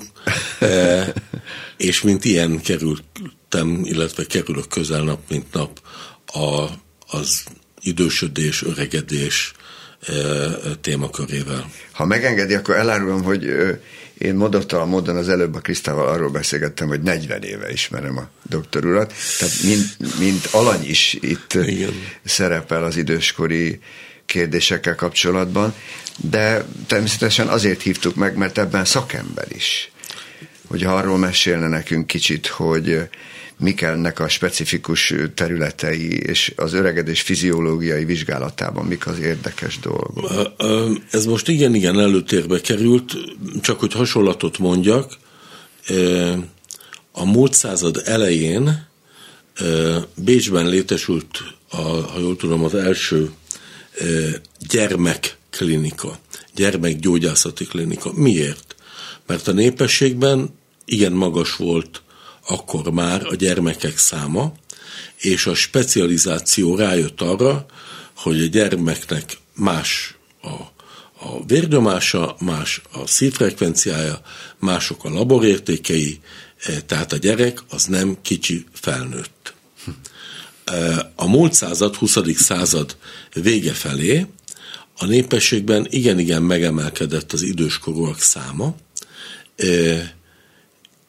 és mint ilyen kerültem, illetve kerülök közel nap, mint nap az idősödés, öregedés témakörével. Ha megengedi, akkor elárulom, hogy én mondottalan módon az előbb a Krisztával arról beszélgettem, hogy 40 éve ismerem a doktor urat, tehát mint alany is itt igen. Szerepel az időskori kérdésekkel kapcsolatban, de természetesen azért hívtuk meg, mert ebben szakember is. Hogy arról mesélne nekünk kicsit, hogy mik ennek a specifikus területei, és az öregedés fiziológiai vizsgálatában mik az érdekes dolgok. Ez most igen előtérbe került, csak hogy hasonlatot mondjak, a múlt század elején Bécsben létesült, ha jól tudom, az első gyermekklinika, gyermekgyógyászati klinika. Miért? Mert a népességben igen magas volt akkor már a gyermekek száma, és a specializáció rájött arra, hogy a gyermeknek más a vérnyomása, más a szívfrekvenciája, mások a laborértékei, tehát a gyerek az nem kicsi felnőtt. A múlt század, 20. század vége felé a népességben igen-igen megemelkedett az időskorúak száma,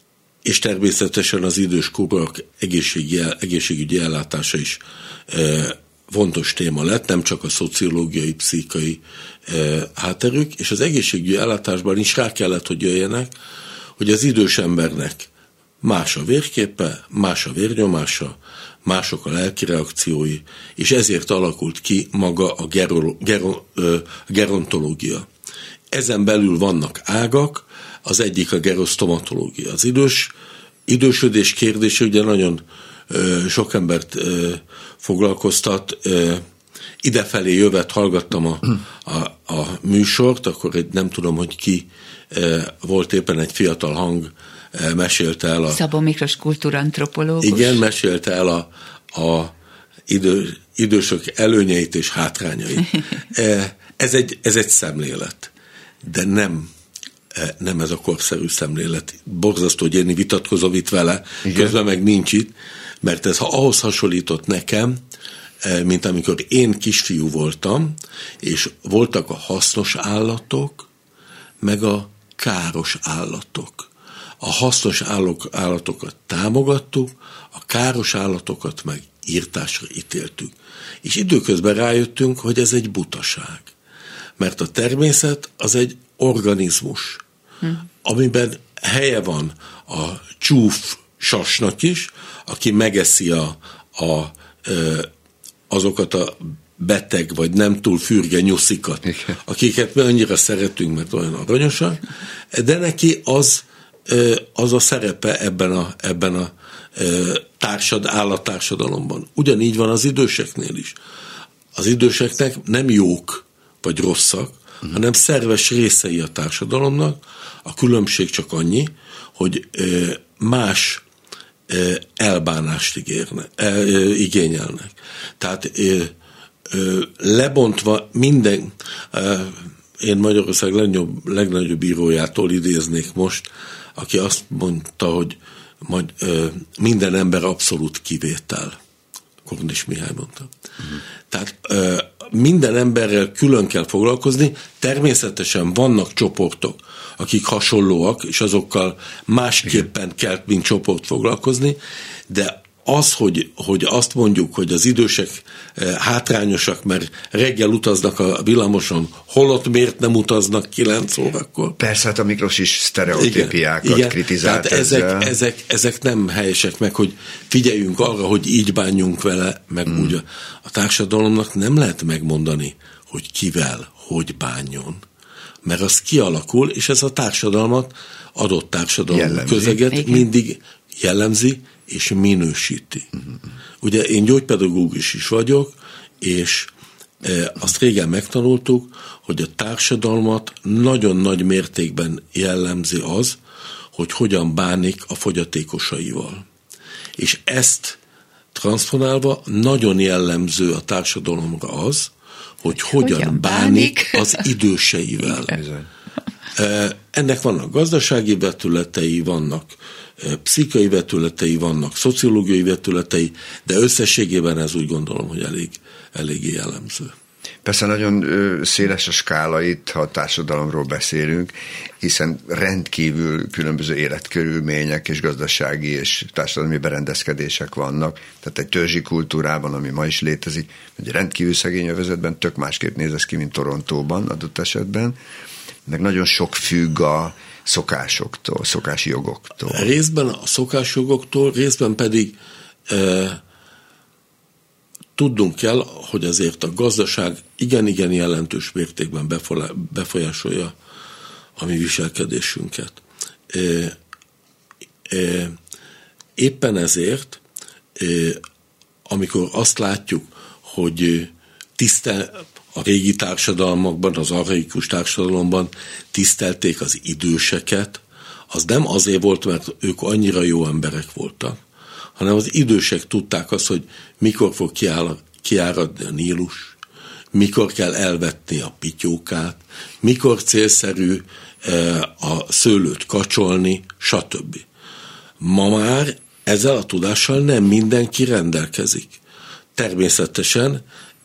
és természetesen az időskorúak egészségügyi ellátása is fontos téma lett, nem csak a szociológiai, pszichai hátterük, és az egészségügyi ellátásban is rá kellett, hogy jöjjenek, hogy az idős embernek más a vérképe, más a vérnyomása, mások a lelki reakciói, és ezért alakult ki maga a gerontológia. Ezen belül vannak ágak, az egyik a gerosztomatológia. Az idősödés kérdése ugye nagyon sok embert foglalkoztat. Idefelé jövet hallgattam a műsort, akkor nem tudom, hogy ki volt, éppen egy fiatal hang mesélte el Szabó Miklós kultúrantropológus. Igen, mesélte el a idősök előnyeit és hátrányait. Ez egy szemlélet, de nem ez a korszerű szemlélet. Borzasztó, hogy én vitatkozom itt vele, közben meg nincs itt, mert ez ahhoz hasonlított nekem, mint amikor én kisfiú voltam, és voltak a hasznos állatok, meg a káros állatok. A hasznos állatokat támogattuk, a káros állatokat meg írtásra ítéltük. És időközben rájöttünk, hogy ez egy butaság. Mert a természet az egy organizmus, amiben helye van a csúf sasnak is, aki megeszi azokat a beteg vagy nem túl fürge nyuszikat, akiket mi annyira szeretünk, mert olyan aranyosak, de neki az a szerepe ebben a állattársadalomban. Ugyanígy van az időseknél is. Az időseknek nem jók vagy rosszak, hanem szerves részei a társadalomnak. A különbség csak annyi, hogy más elbánást igényelnek. Tehát lebontva minden, én Magyarország legnagyobb írójától idéznék most, aki azt mondta, hogy minden ember abszolút kivétel. Kornis Mihály mondta. Tehát minden emberrel külön kell foglalkozni, természetesen vannak csoportok, akik hasonlóak, és azokkal másképpen kell, mint csoport foglalkozni, de az, hogy azt mondjuk, hogy az idősek hátrányosak, mert reggel utaznak a villamoson, holott miért nem utaznak 9 órakor? Persze, hát a Miklós is sztereotípiákat kritizált ezzel. Ezek nem helyesek, meg hogy figyeljünk arra, hogy így bánjunk vele, meg úgy. A társadalomnak nem lehet megmondani, hogy kivel, hogy bánjon. Mert az kialakul, és ez a társadalmat, adott társadalom közeget mindig jellemzi, és minősíti. Ugye én gyógypedagógus is vagyok, és azt régen megtanultuk, hogy a társadalmat nagyon nagy mértékben jellemzi az, hogy hogyan bánik a fogyatékosaival. És ezt transponálva nagyon jellemző a társadalomra az, hogy hogyan bánik az időseivel. Ennek vannak gazdasági vetületei, vannak pszichai vetületei, vannak szociológiai vetületei, de összességében ez úgy gondolom, hogy eléggé jellemző. Persze nagyon széles a skála itt, ha a társadalomról beszélünk, hiszen rendkívül különböző életkörülmények és gazdasági és társadalmi berendezkedések vannak. Tehát egy törzsi kultúrában, ami ma is létezik, egy rendkívül szegény övezetben tök másképp néz ez ki, mint Torontóban adott esetben, meg nagyon sok függ a szokásoktól, szokási jogoktól. Részben a szokásjogoktól, részben pedig tudnunk kell, hogy azért a gazdaság igen jelentős mértékben befolyásolja a mi viselkedésünket. Éppen ezért, amikor azt látjuk, hogy a régi társadalmakban, az archaikus társadalomban tisztelték az időseket, az nem azért volt, mert ők annyira jó emberek voltak, hanem az idősek tudták azt, hogy mikor fog kiáradni a Nílus, mikor kell elvetni a pityókát, mikor célszerű a szőlőt kacsolni, stb. Ma már ezzel a tudással nem mindenki rendelkezik. Természetesen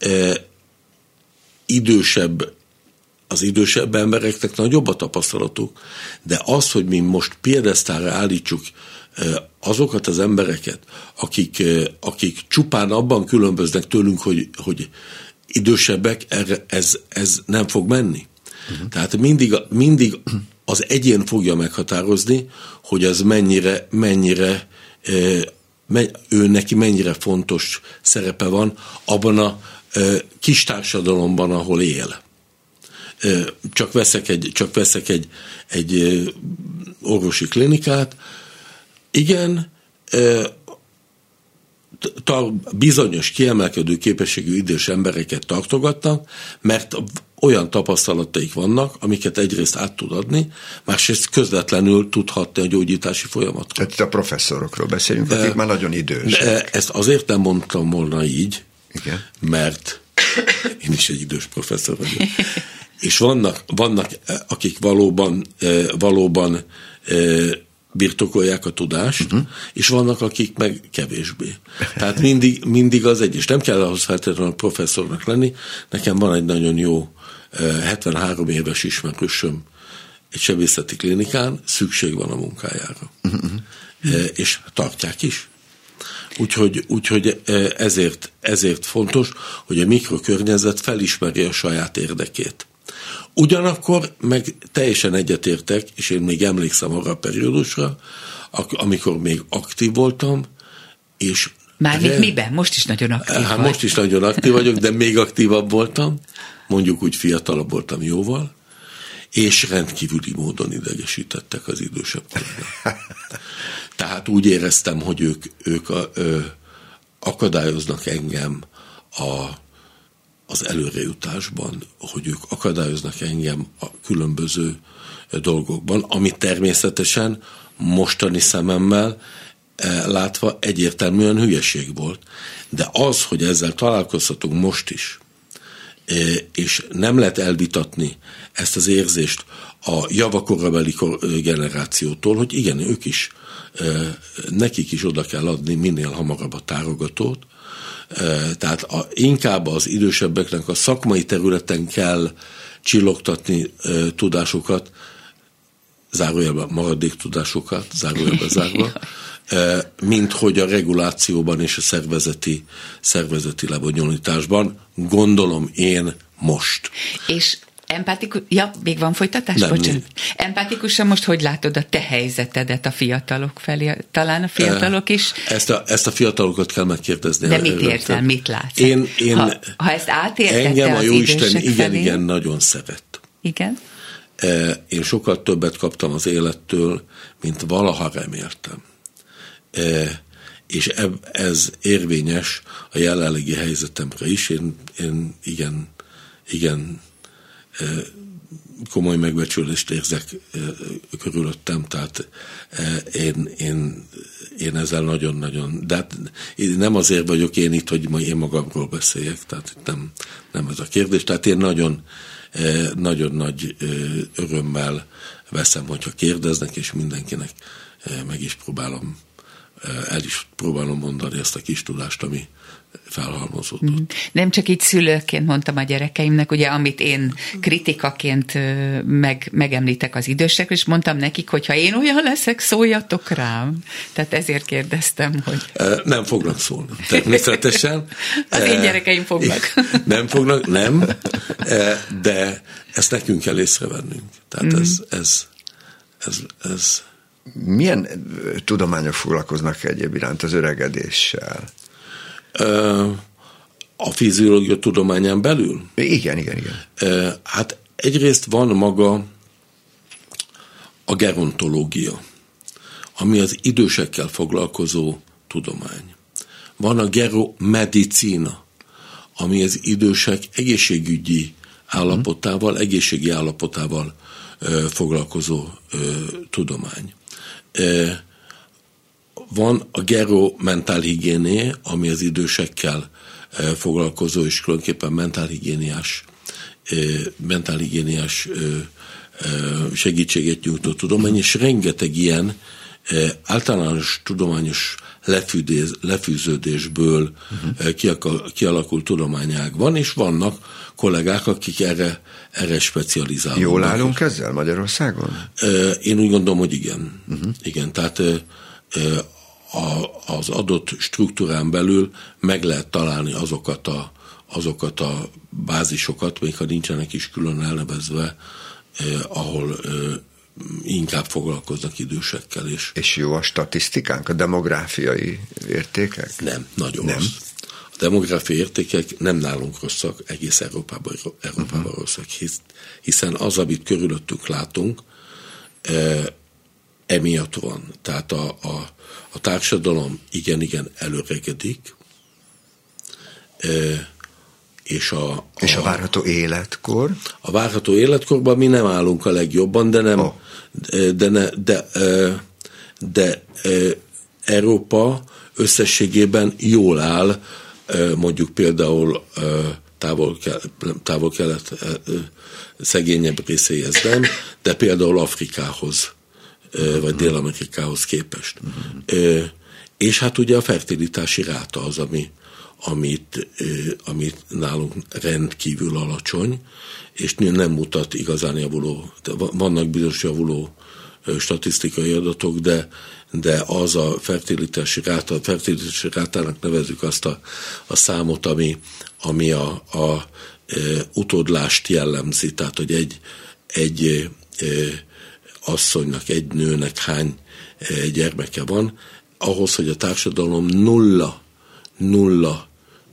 az idősebb embereknek nagyobb a tapasztalatuk, de az, hogy mi most piedesztálra állítsuk azokat az embereket, akik csupán abban különböznek tőlünk, hogy idősebbek, ez nem fog menni. Tehát mindig az egyén fogja meghatározni, hogy az mennyire ő neki mennyire fontos szerepe van abban a kis társadalomban, ahol él. Csak veszek egy orvosi klinikát. Igen, bizonyos kiemelkedő képességű idős embereket tartogatnak, mert olyan tapasztalataik vannak, amiket egyrészt át tud adni, másrészt közvetlenül tudhatni a gyógyítási folyamatról. Tehát a professzorokról beszélünk, akik már nagyon idősek. Ezt azért nem mondtam volna így, igen, mert én is egy idős professzor vagyok. És vannak akik valóban birtokolják a tudást, és vannak, akik meg kevésbé. Tehát mindig az egy, és nem kell ahhoz feltétlenül professzornak lenni. Nekem van egy nagyon jó 73 éves ismerősöm egy sebészeti klinikán, szükség van a munkájára. És tartják is. Úgyhogy ezért fontos, hogy a mikrokörnyezet felismeri a saját érdekét. Ugyanakkor meg teljesen egyetértek, és én még emlékszem arra a periódusra, amikor még aktív voltam, és... Mármint miben? Most is nagyon aktív vagy. Most is nagyon aktív vagyok, de még aktívabb voltam, mondjuk úgy fiatalabb voltam jóval, és rendkívüli módon idegesítettek az idősebb korban. Tehát úgy éreztem, hogy ők akadályoznak engem az előrejutásban, hogy ők akadályoznak engem a különböző dolgokban, ami természetesen mostani szememmel látva egyértelműen hülyeség volt. De az, hogy ezzel találkozhatunk most is, és nem lehet elvitatni ezt az érzést a javakorabeli generációtól, hogy igen, ők is, nekik is oda kell adni minél hamarabb a tárogatót, tehát inkább az idősebbeknek a szakmai területen kell csillogtatni tudásukat, zárójelben maradék tudásukat, zárójelben zárva, mint hogy a regulációban és a szervezeti lebonyolításban, gondolom én most. És még van folytatás? Nem. Empatikusan most hogy látod a te helyzetedet a fiatalok felé? Talán a fiatalok is? Ezt a fiatalokat kell megkérdezni. De mit érzel, mit látsz? Ha ezt átértette engem az jóisten idősek igen, nagyon szeret. Igen? Én sokkal többet kaptam az élettől, mint valaha reméltem. És ez érvényes a jelenlegi helyzetemre is. Én igen komoly megbecsülést érzek körülöttem, tehát én ezzel nagyon-nagyon, de hát nem azért vagyok én itt, hogy én magamról beszéljek, tehát nem ez a kérdés, tehát én nagyon nagy örömmel veszem, hogyha kérdeznek, és mindenkinek el is próbálom mondani ezt a kis tudást, ami felhalmozódott. Nem csak így szülőként mondtam a gyerekeimnek, ugye, amit én kritikaként megemlítek az idősekről, és mondtam nekik, hogy ha én olyan leszek, szóljatok rám. Tehát ezért kérdeztem, hogy... Nem fognak szólni, természetesen. Az én gyerekeim fognak. Nem fognak, nem, de ezt nekünk kell észrevennünk. Tehát ez milyen tudományok foglalkoznak egyéb iránt az öregedéssel? A fiziológia tudományán belül? Igen. Hát egyrészt van maga a gerontológia, ami az idősekkel foglalkozó tudomány. Van a geromedicína, ami az idősek egészségügyi állapotával, egészségi állapotával foglalkozó tudomány. Van a geromentálhigiéné, ami az idősekkel foglalkozó, és különképpen mentálhigiéniás segítséget nyújtó tudomány, és rengeteg ilyen általános tudományos lefűződésből kialakult tudományág van, és vannak kollégák, akik erre specializálnak. Jól állunk ezzel Magyarországon? Én úgy gondolom, hogy igen. Igen, tehát az adott struktúrán belül meg lehet találni azokat a bázisokat, még ha nincsenek is külön elnevezve, ahol inkább foglalkoznak idősekkel. És jó a statisztikánk, a demográfiai értékek? Nem, nagyon rossz. A demográfiai értékek nem nálunk rosszak, egész Európában rosszak, hiszen az, amit körülöttünk látunk, emiatt van. Tehát a társadalom igen előregedik, és a várható életkor? A várható életkorban mi nem állunk a legjobban, de Európa összességében jól áll, mondjuk például távol-kelet szegényebb részéhez nem, de például Afrikához, vagy Dél-Amerikához képest. És hát ugye a fertilitási ráta az, amit nálunk rendkívül alacsony, és nem mutat igazán javuló, vannak bizonyos javuló statisztikai adatok, de az a fertilitási rátának nevezzük azt a számot, ami a utódlást jellemzi, tehát hogy egy asszonynak, egy nőnek hány gyermeke van, ahhoz, hogy a társadalom nulla,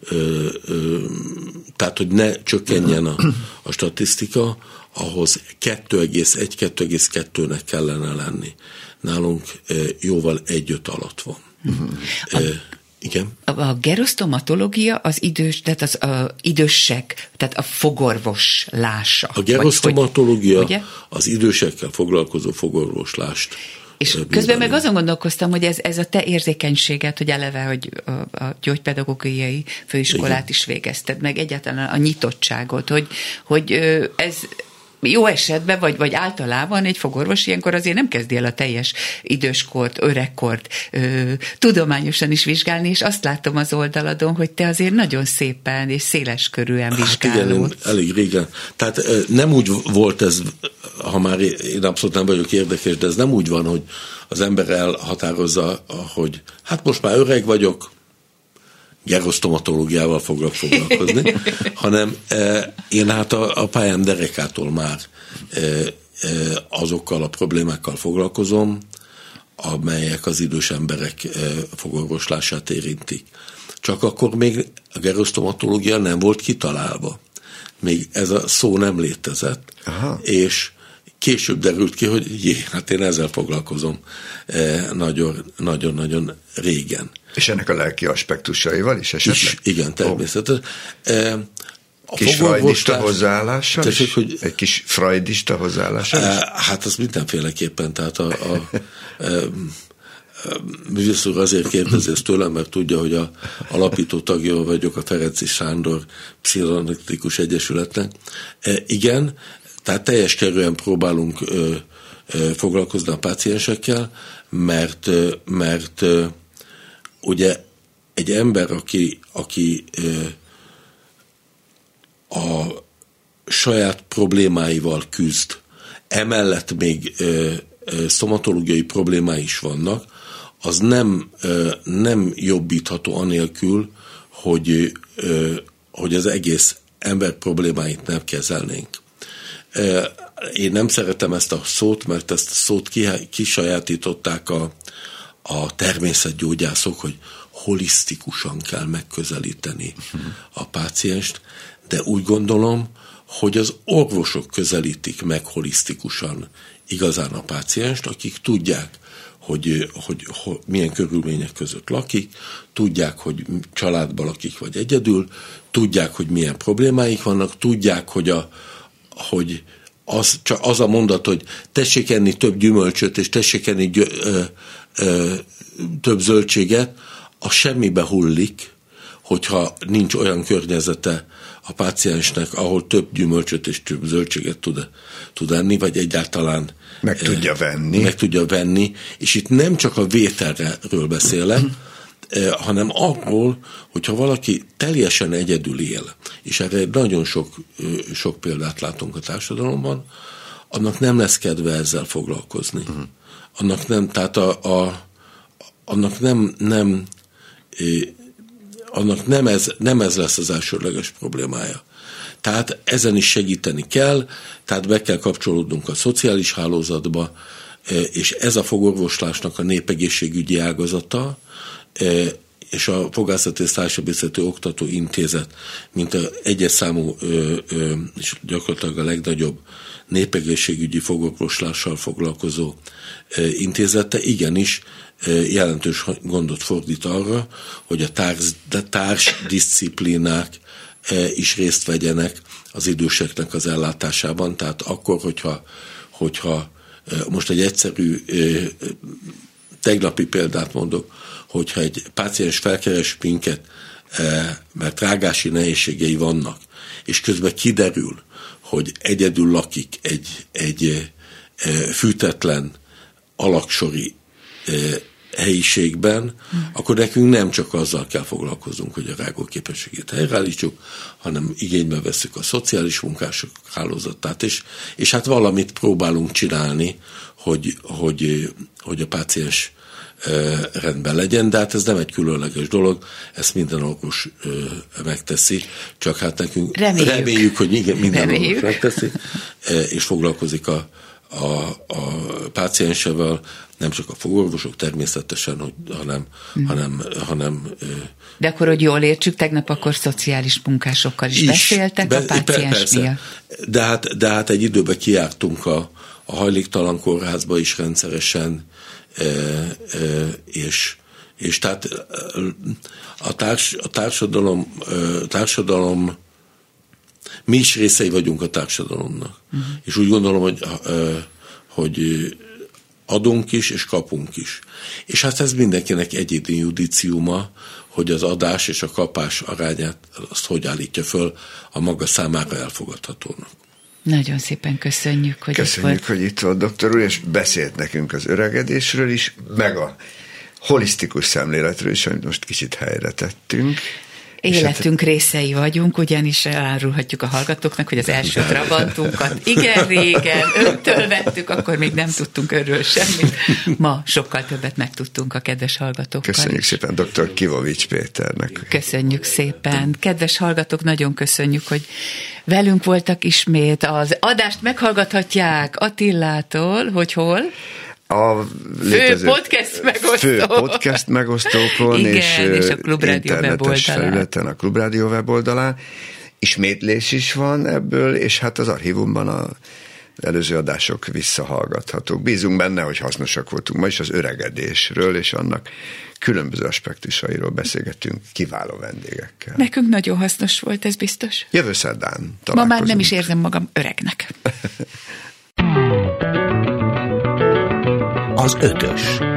tehát hogy ne csökkenjen a statisztika, ahhoz 2,1-2,2-nek kellene lenni. Nálunk jóval 1,5 alatt van. Igen. A gerosztomatológia az tehát az idősek, tehát a fogorvoslása. A gerosztomatológia az idősekkel foglalkozó fogorvoslást. És közben meg azon gondolkoztam, hogy ez a te érzékenységed, hogy eleve, hogy a gyógypedagógiai főiskolát igen. is végezted, meg egyáltalán a nyitottságot, hogy ez jó esetben, vagy általában egy fogorvos ilyenkor azért nem kezdi el a teljes időskort, öregkort tudományosan is vizsgálni, és azt látom az oldaladon, hogy te azért nagyon szépen és széleskörűen vizsgálod. Hát igen, elég régen. Tehát nem úgy volt ez, ha már én abszolút nem vagyok érdekes, de ez nem úgy van, hogy az ember elhatározza, hogy hát most már öreg vagyok, gerosztomatológiával foglak foglalkozni, hanem én hát a pályám derekától már azokkal a problémákkal foglalkozom, amelyek az idős emberek fogorvoslását érintik. Csak akkor még a gerosztomatológia nem volt kitalálva. Még ez a szó nem létezett, aha. És később derült ki, hogy hát én ezzel foglalkozom nagyon-nagyon régen. És ennek a lelki aspektusaival is esetleg? Igen, természetesen. Kis freudista hozzáállással is? Egy kis freudista hozzáállással is? Hát az mindenféleképpen, tehát a művész úr azért kérdezi ezt tőlem, mert tudja, hogy a alapító tagja vagyok a Ferenczy Sándor Pszichoanalitikus Egyesületnek. Igen, tehát teljes körűen próbálunk foglalkozni a páciensekkel, mert ugye egy ember, aki a saját problémáival küzd, emellett még stomatológiai problémái is vannak, az nem jobbítható anélkül, hogy az egész ember problémáit nem kezelnénk. Én nem szeretem ezt a szót, mert ezt a szót kisajátították a természetgyógyászok, hogy holisztikusan kell megközelíteni a pácienst, de úgy gondolom, hogy az orvosok közelítik meg holisztikusan igazán a pácienst, akik tudják, hogy milyen körülmények között lakik, tudják, hogy családban lakik vagy egyedül, tudják, hogy milyen problémáik vannak, tudják, hogy az a mondat, hogy tessék enni több gyümölcsöt, és tessék enni több zöldséget, az semmibe hullik, hogyha nincs olyan környezete a páciensnek, ahol több gyümölcsöt és több zöldséget tud enni, vagy egyáltalán meg tudja venni. És itt nem csak a vételről beszélek, hanem arról, hogyha valaki teljesen egyedül él, és erre nagyon sok példát látunk a társadalomban, annak nem lesz kedve ezzel foglalkozni. Annak nem, tehát annak nem ez lesz az elsődleges problémája. Tehát ezen is segíteni kell, tehát be kell kapcsolódnunk a szociális hálózatba, és ez a fogorvoslásnak a népegészségügyi ágazata, és a Fogászati és Társasebészeti Oktató Intézet, mint a egyes számú és gyakorlatilag a legnagyobb népegészségügyi fogorvoslással foglalkozó intézete igenis jelentős gondot fordít arra, hogy a társdisciplinák is részt vegyenek az időseknek az ellátásában. Tehát akkor, hogyha most egy egyszerű tegnapi példát mondok, hogyha egy páciens felkeres minket, mert rágási nehézségei vannak, és közben kiderül, hogy egyedül lakik egy fűtetlen alaksori helyiségben, akkor nekünk nem csak azzal kell foglalkozunk, hogy a rágóképességét helyreállítsuk, hanem igénybe vesszük a szociális munkások hálózatát, és hát valamit próbálunk csinálni, hogy a páciens rendben legyen, de hát ez nem egy különleges dolog, ezt minden orvos megteszi, csak hát nekünk reméljük hogy igen, minden orvos megteszi, és foglalkozik a páciensevel, nem csak a fogorvosok természetesen, hanem de akkor, hogy jól értsük, tegnap akkor szociális munkásokkal is beszéltek a páciens miatt. De hát egy időben kijártunk a hajléktalan kórházba is rendszeresen, és tehát a társadalom mi is részei vagyunk a társadalomnak. És úgy gondolom, hogy adunk is, és kapunk is. És hát ez mindenkinek egyéni judíciuma, hogy az adás és a kapás arányát azt hogy állítja föl a maga számára elfogadhatónak. Nagyon szépen köszönjük, hogy hogy itt volt, doktor úr, és beszélt nekünk az öregedésről is, meg a holisztikus szemléletről is, amit most kicsit helyre tettünk. Életünk részei vagyunk, ugyanis elárulhatjuk a hallgatóknak, hogy az első Trabantunkat igen régen öntől vettük, akkor még nem tudtunk örül semmit. Ma sokkal többet megtudtunk a kedves hallgatókkal. Köszönjük szépen dr. Kivovics Péternek. Köszönjük szépen. Kedves hallgatók, nagyon köszönjük, hogy velünk voltak ismét. Az adást meghallgathatják Attillától, hogy hol? A fő podcast megosztókon, igen, és a Klubrádió felületen, a Klubrádió weboldalán. Ismétlés is van ebből, és hát az archívumban az előző adások visszahallgathatók. Bízunk benne, hogy hasznosak voltunk. Ma is az öregedésről és annak különböző aspektusairól beszélgetünk kiváló vendégekkel. Nekünk nagyon hasznos volt, ez biztos. Jövő szerdán találkozunk. Ma már nem is érzem magam öregnek. Az 5-ös.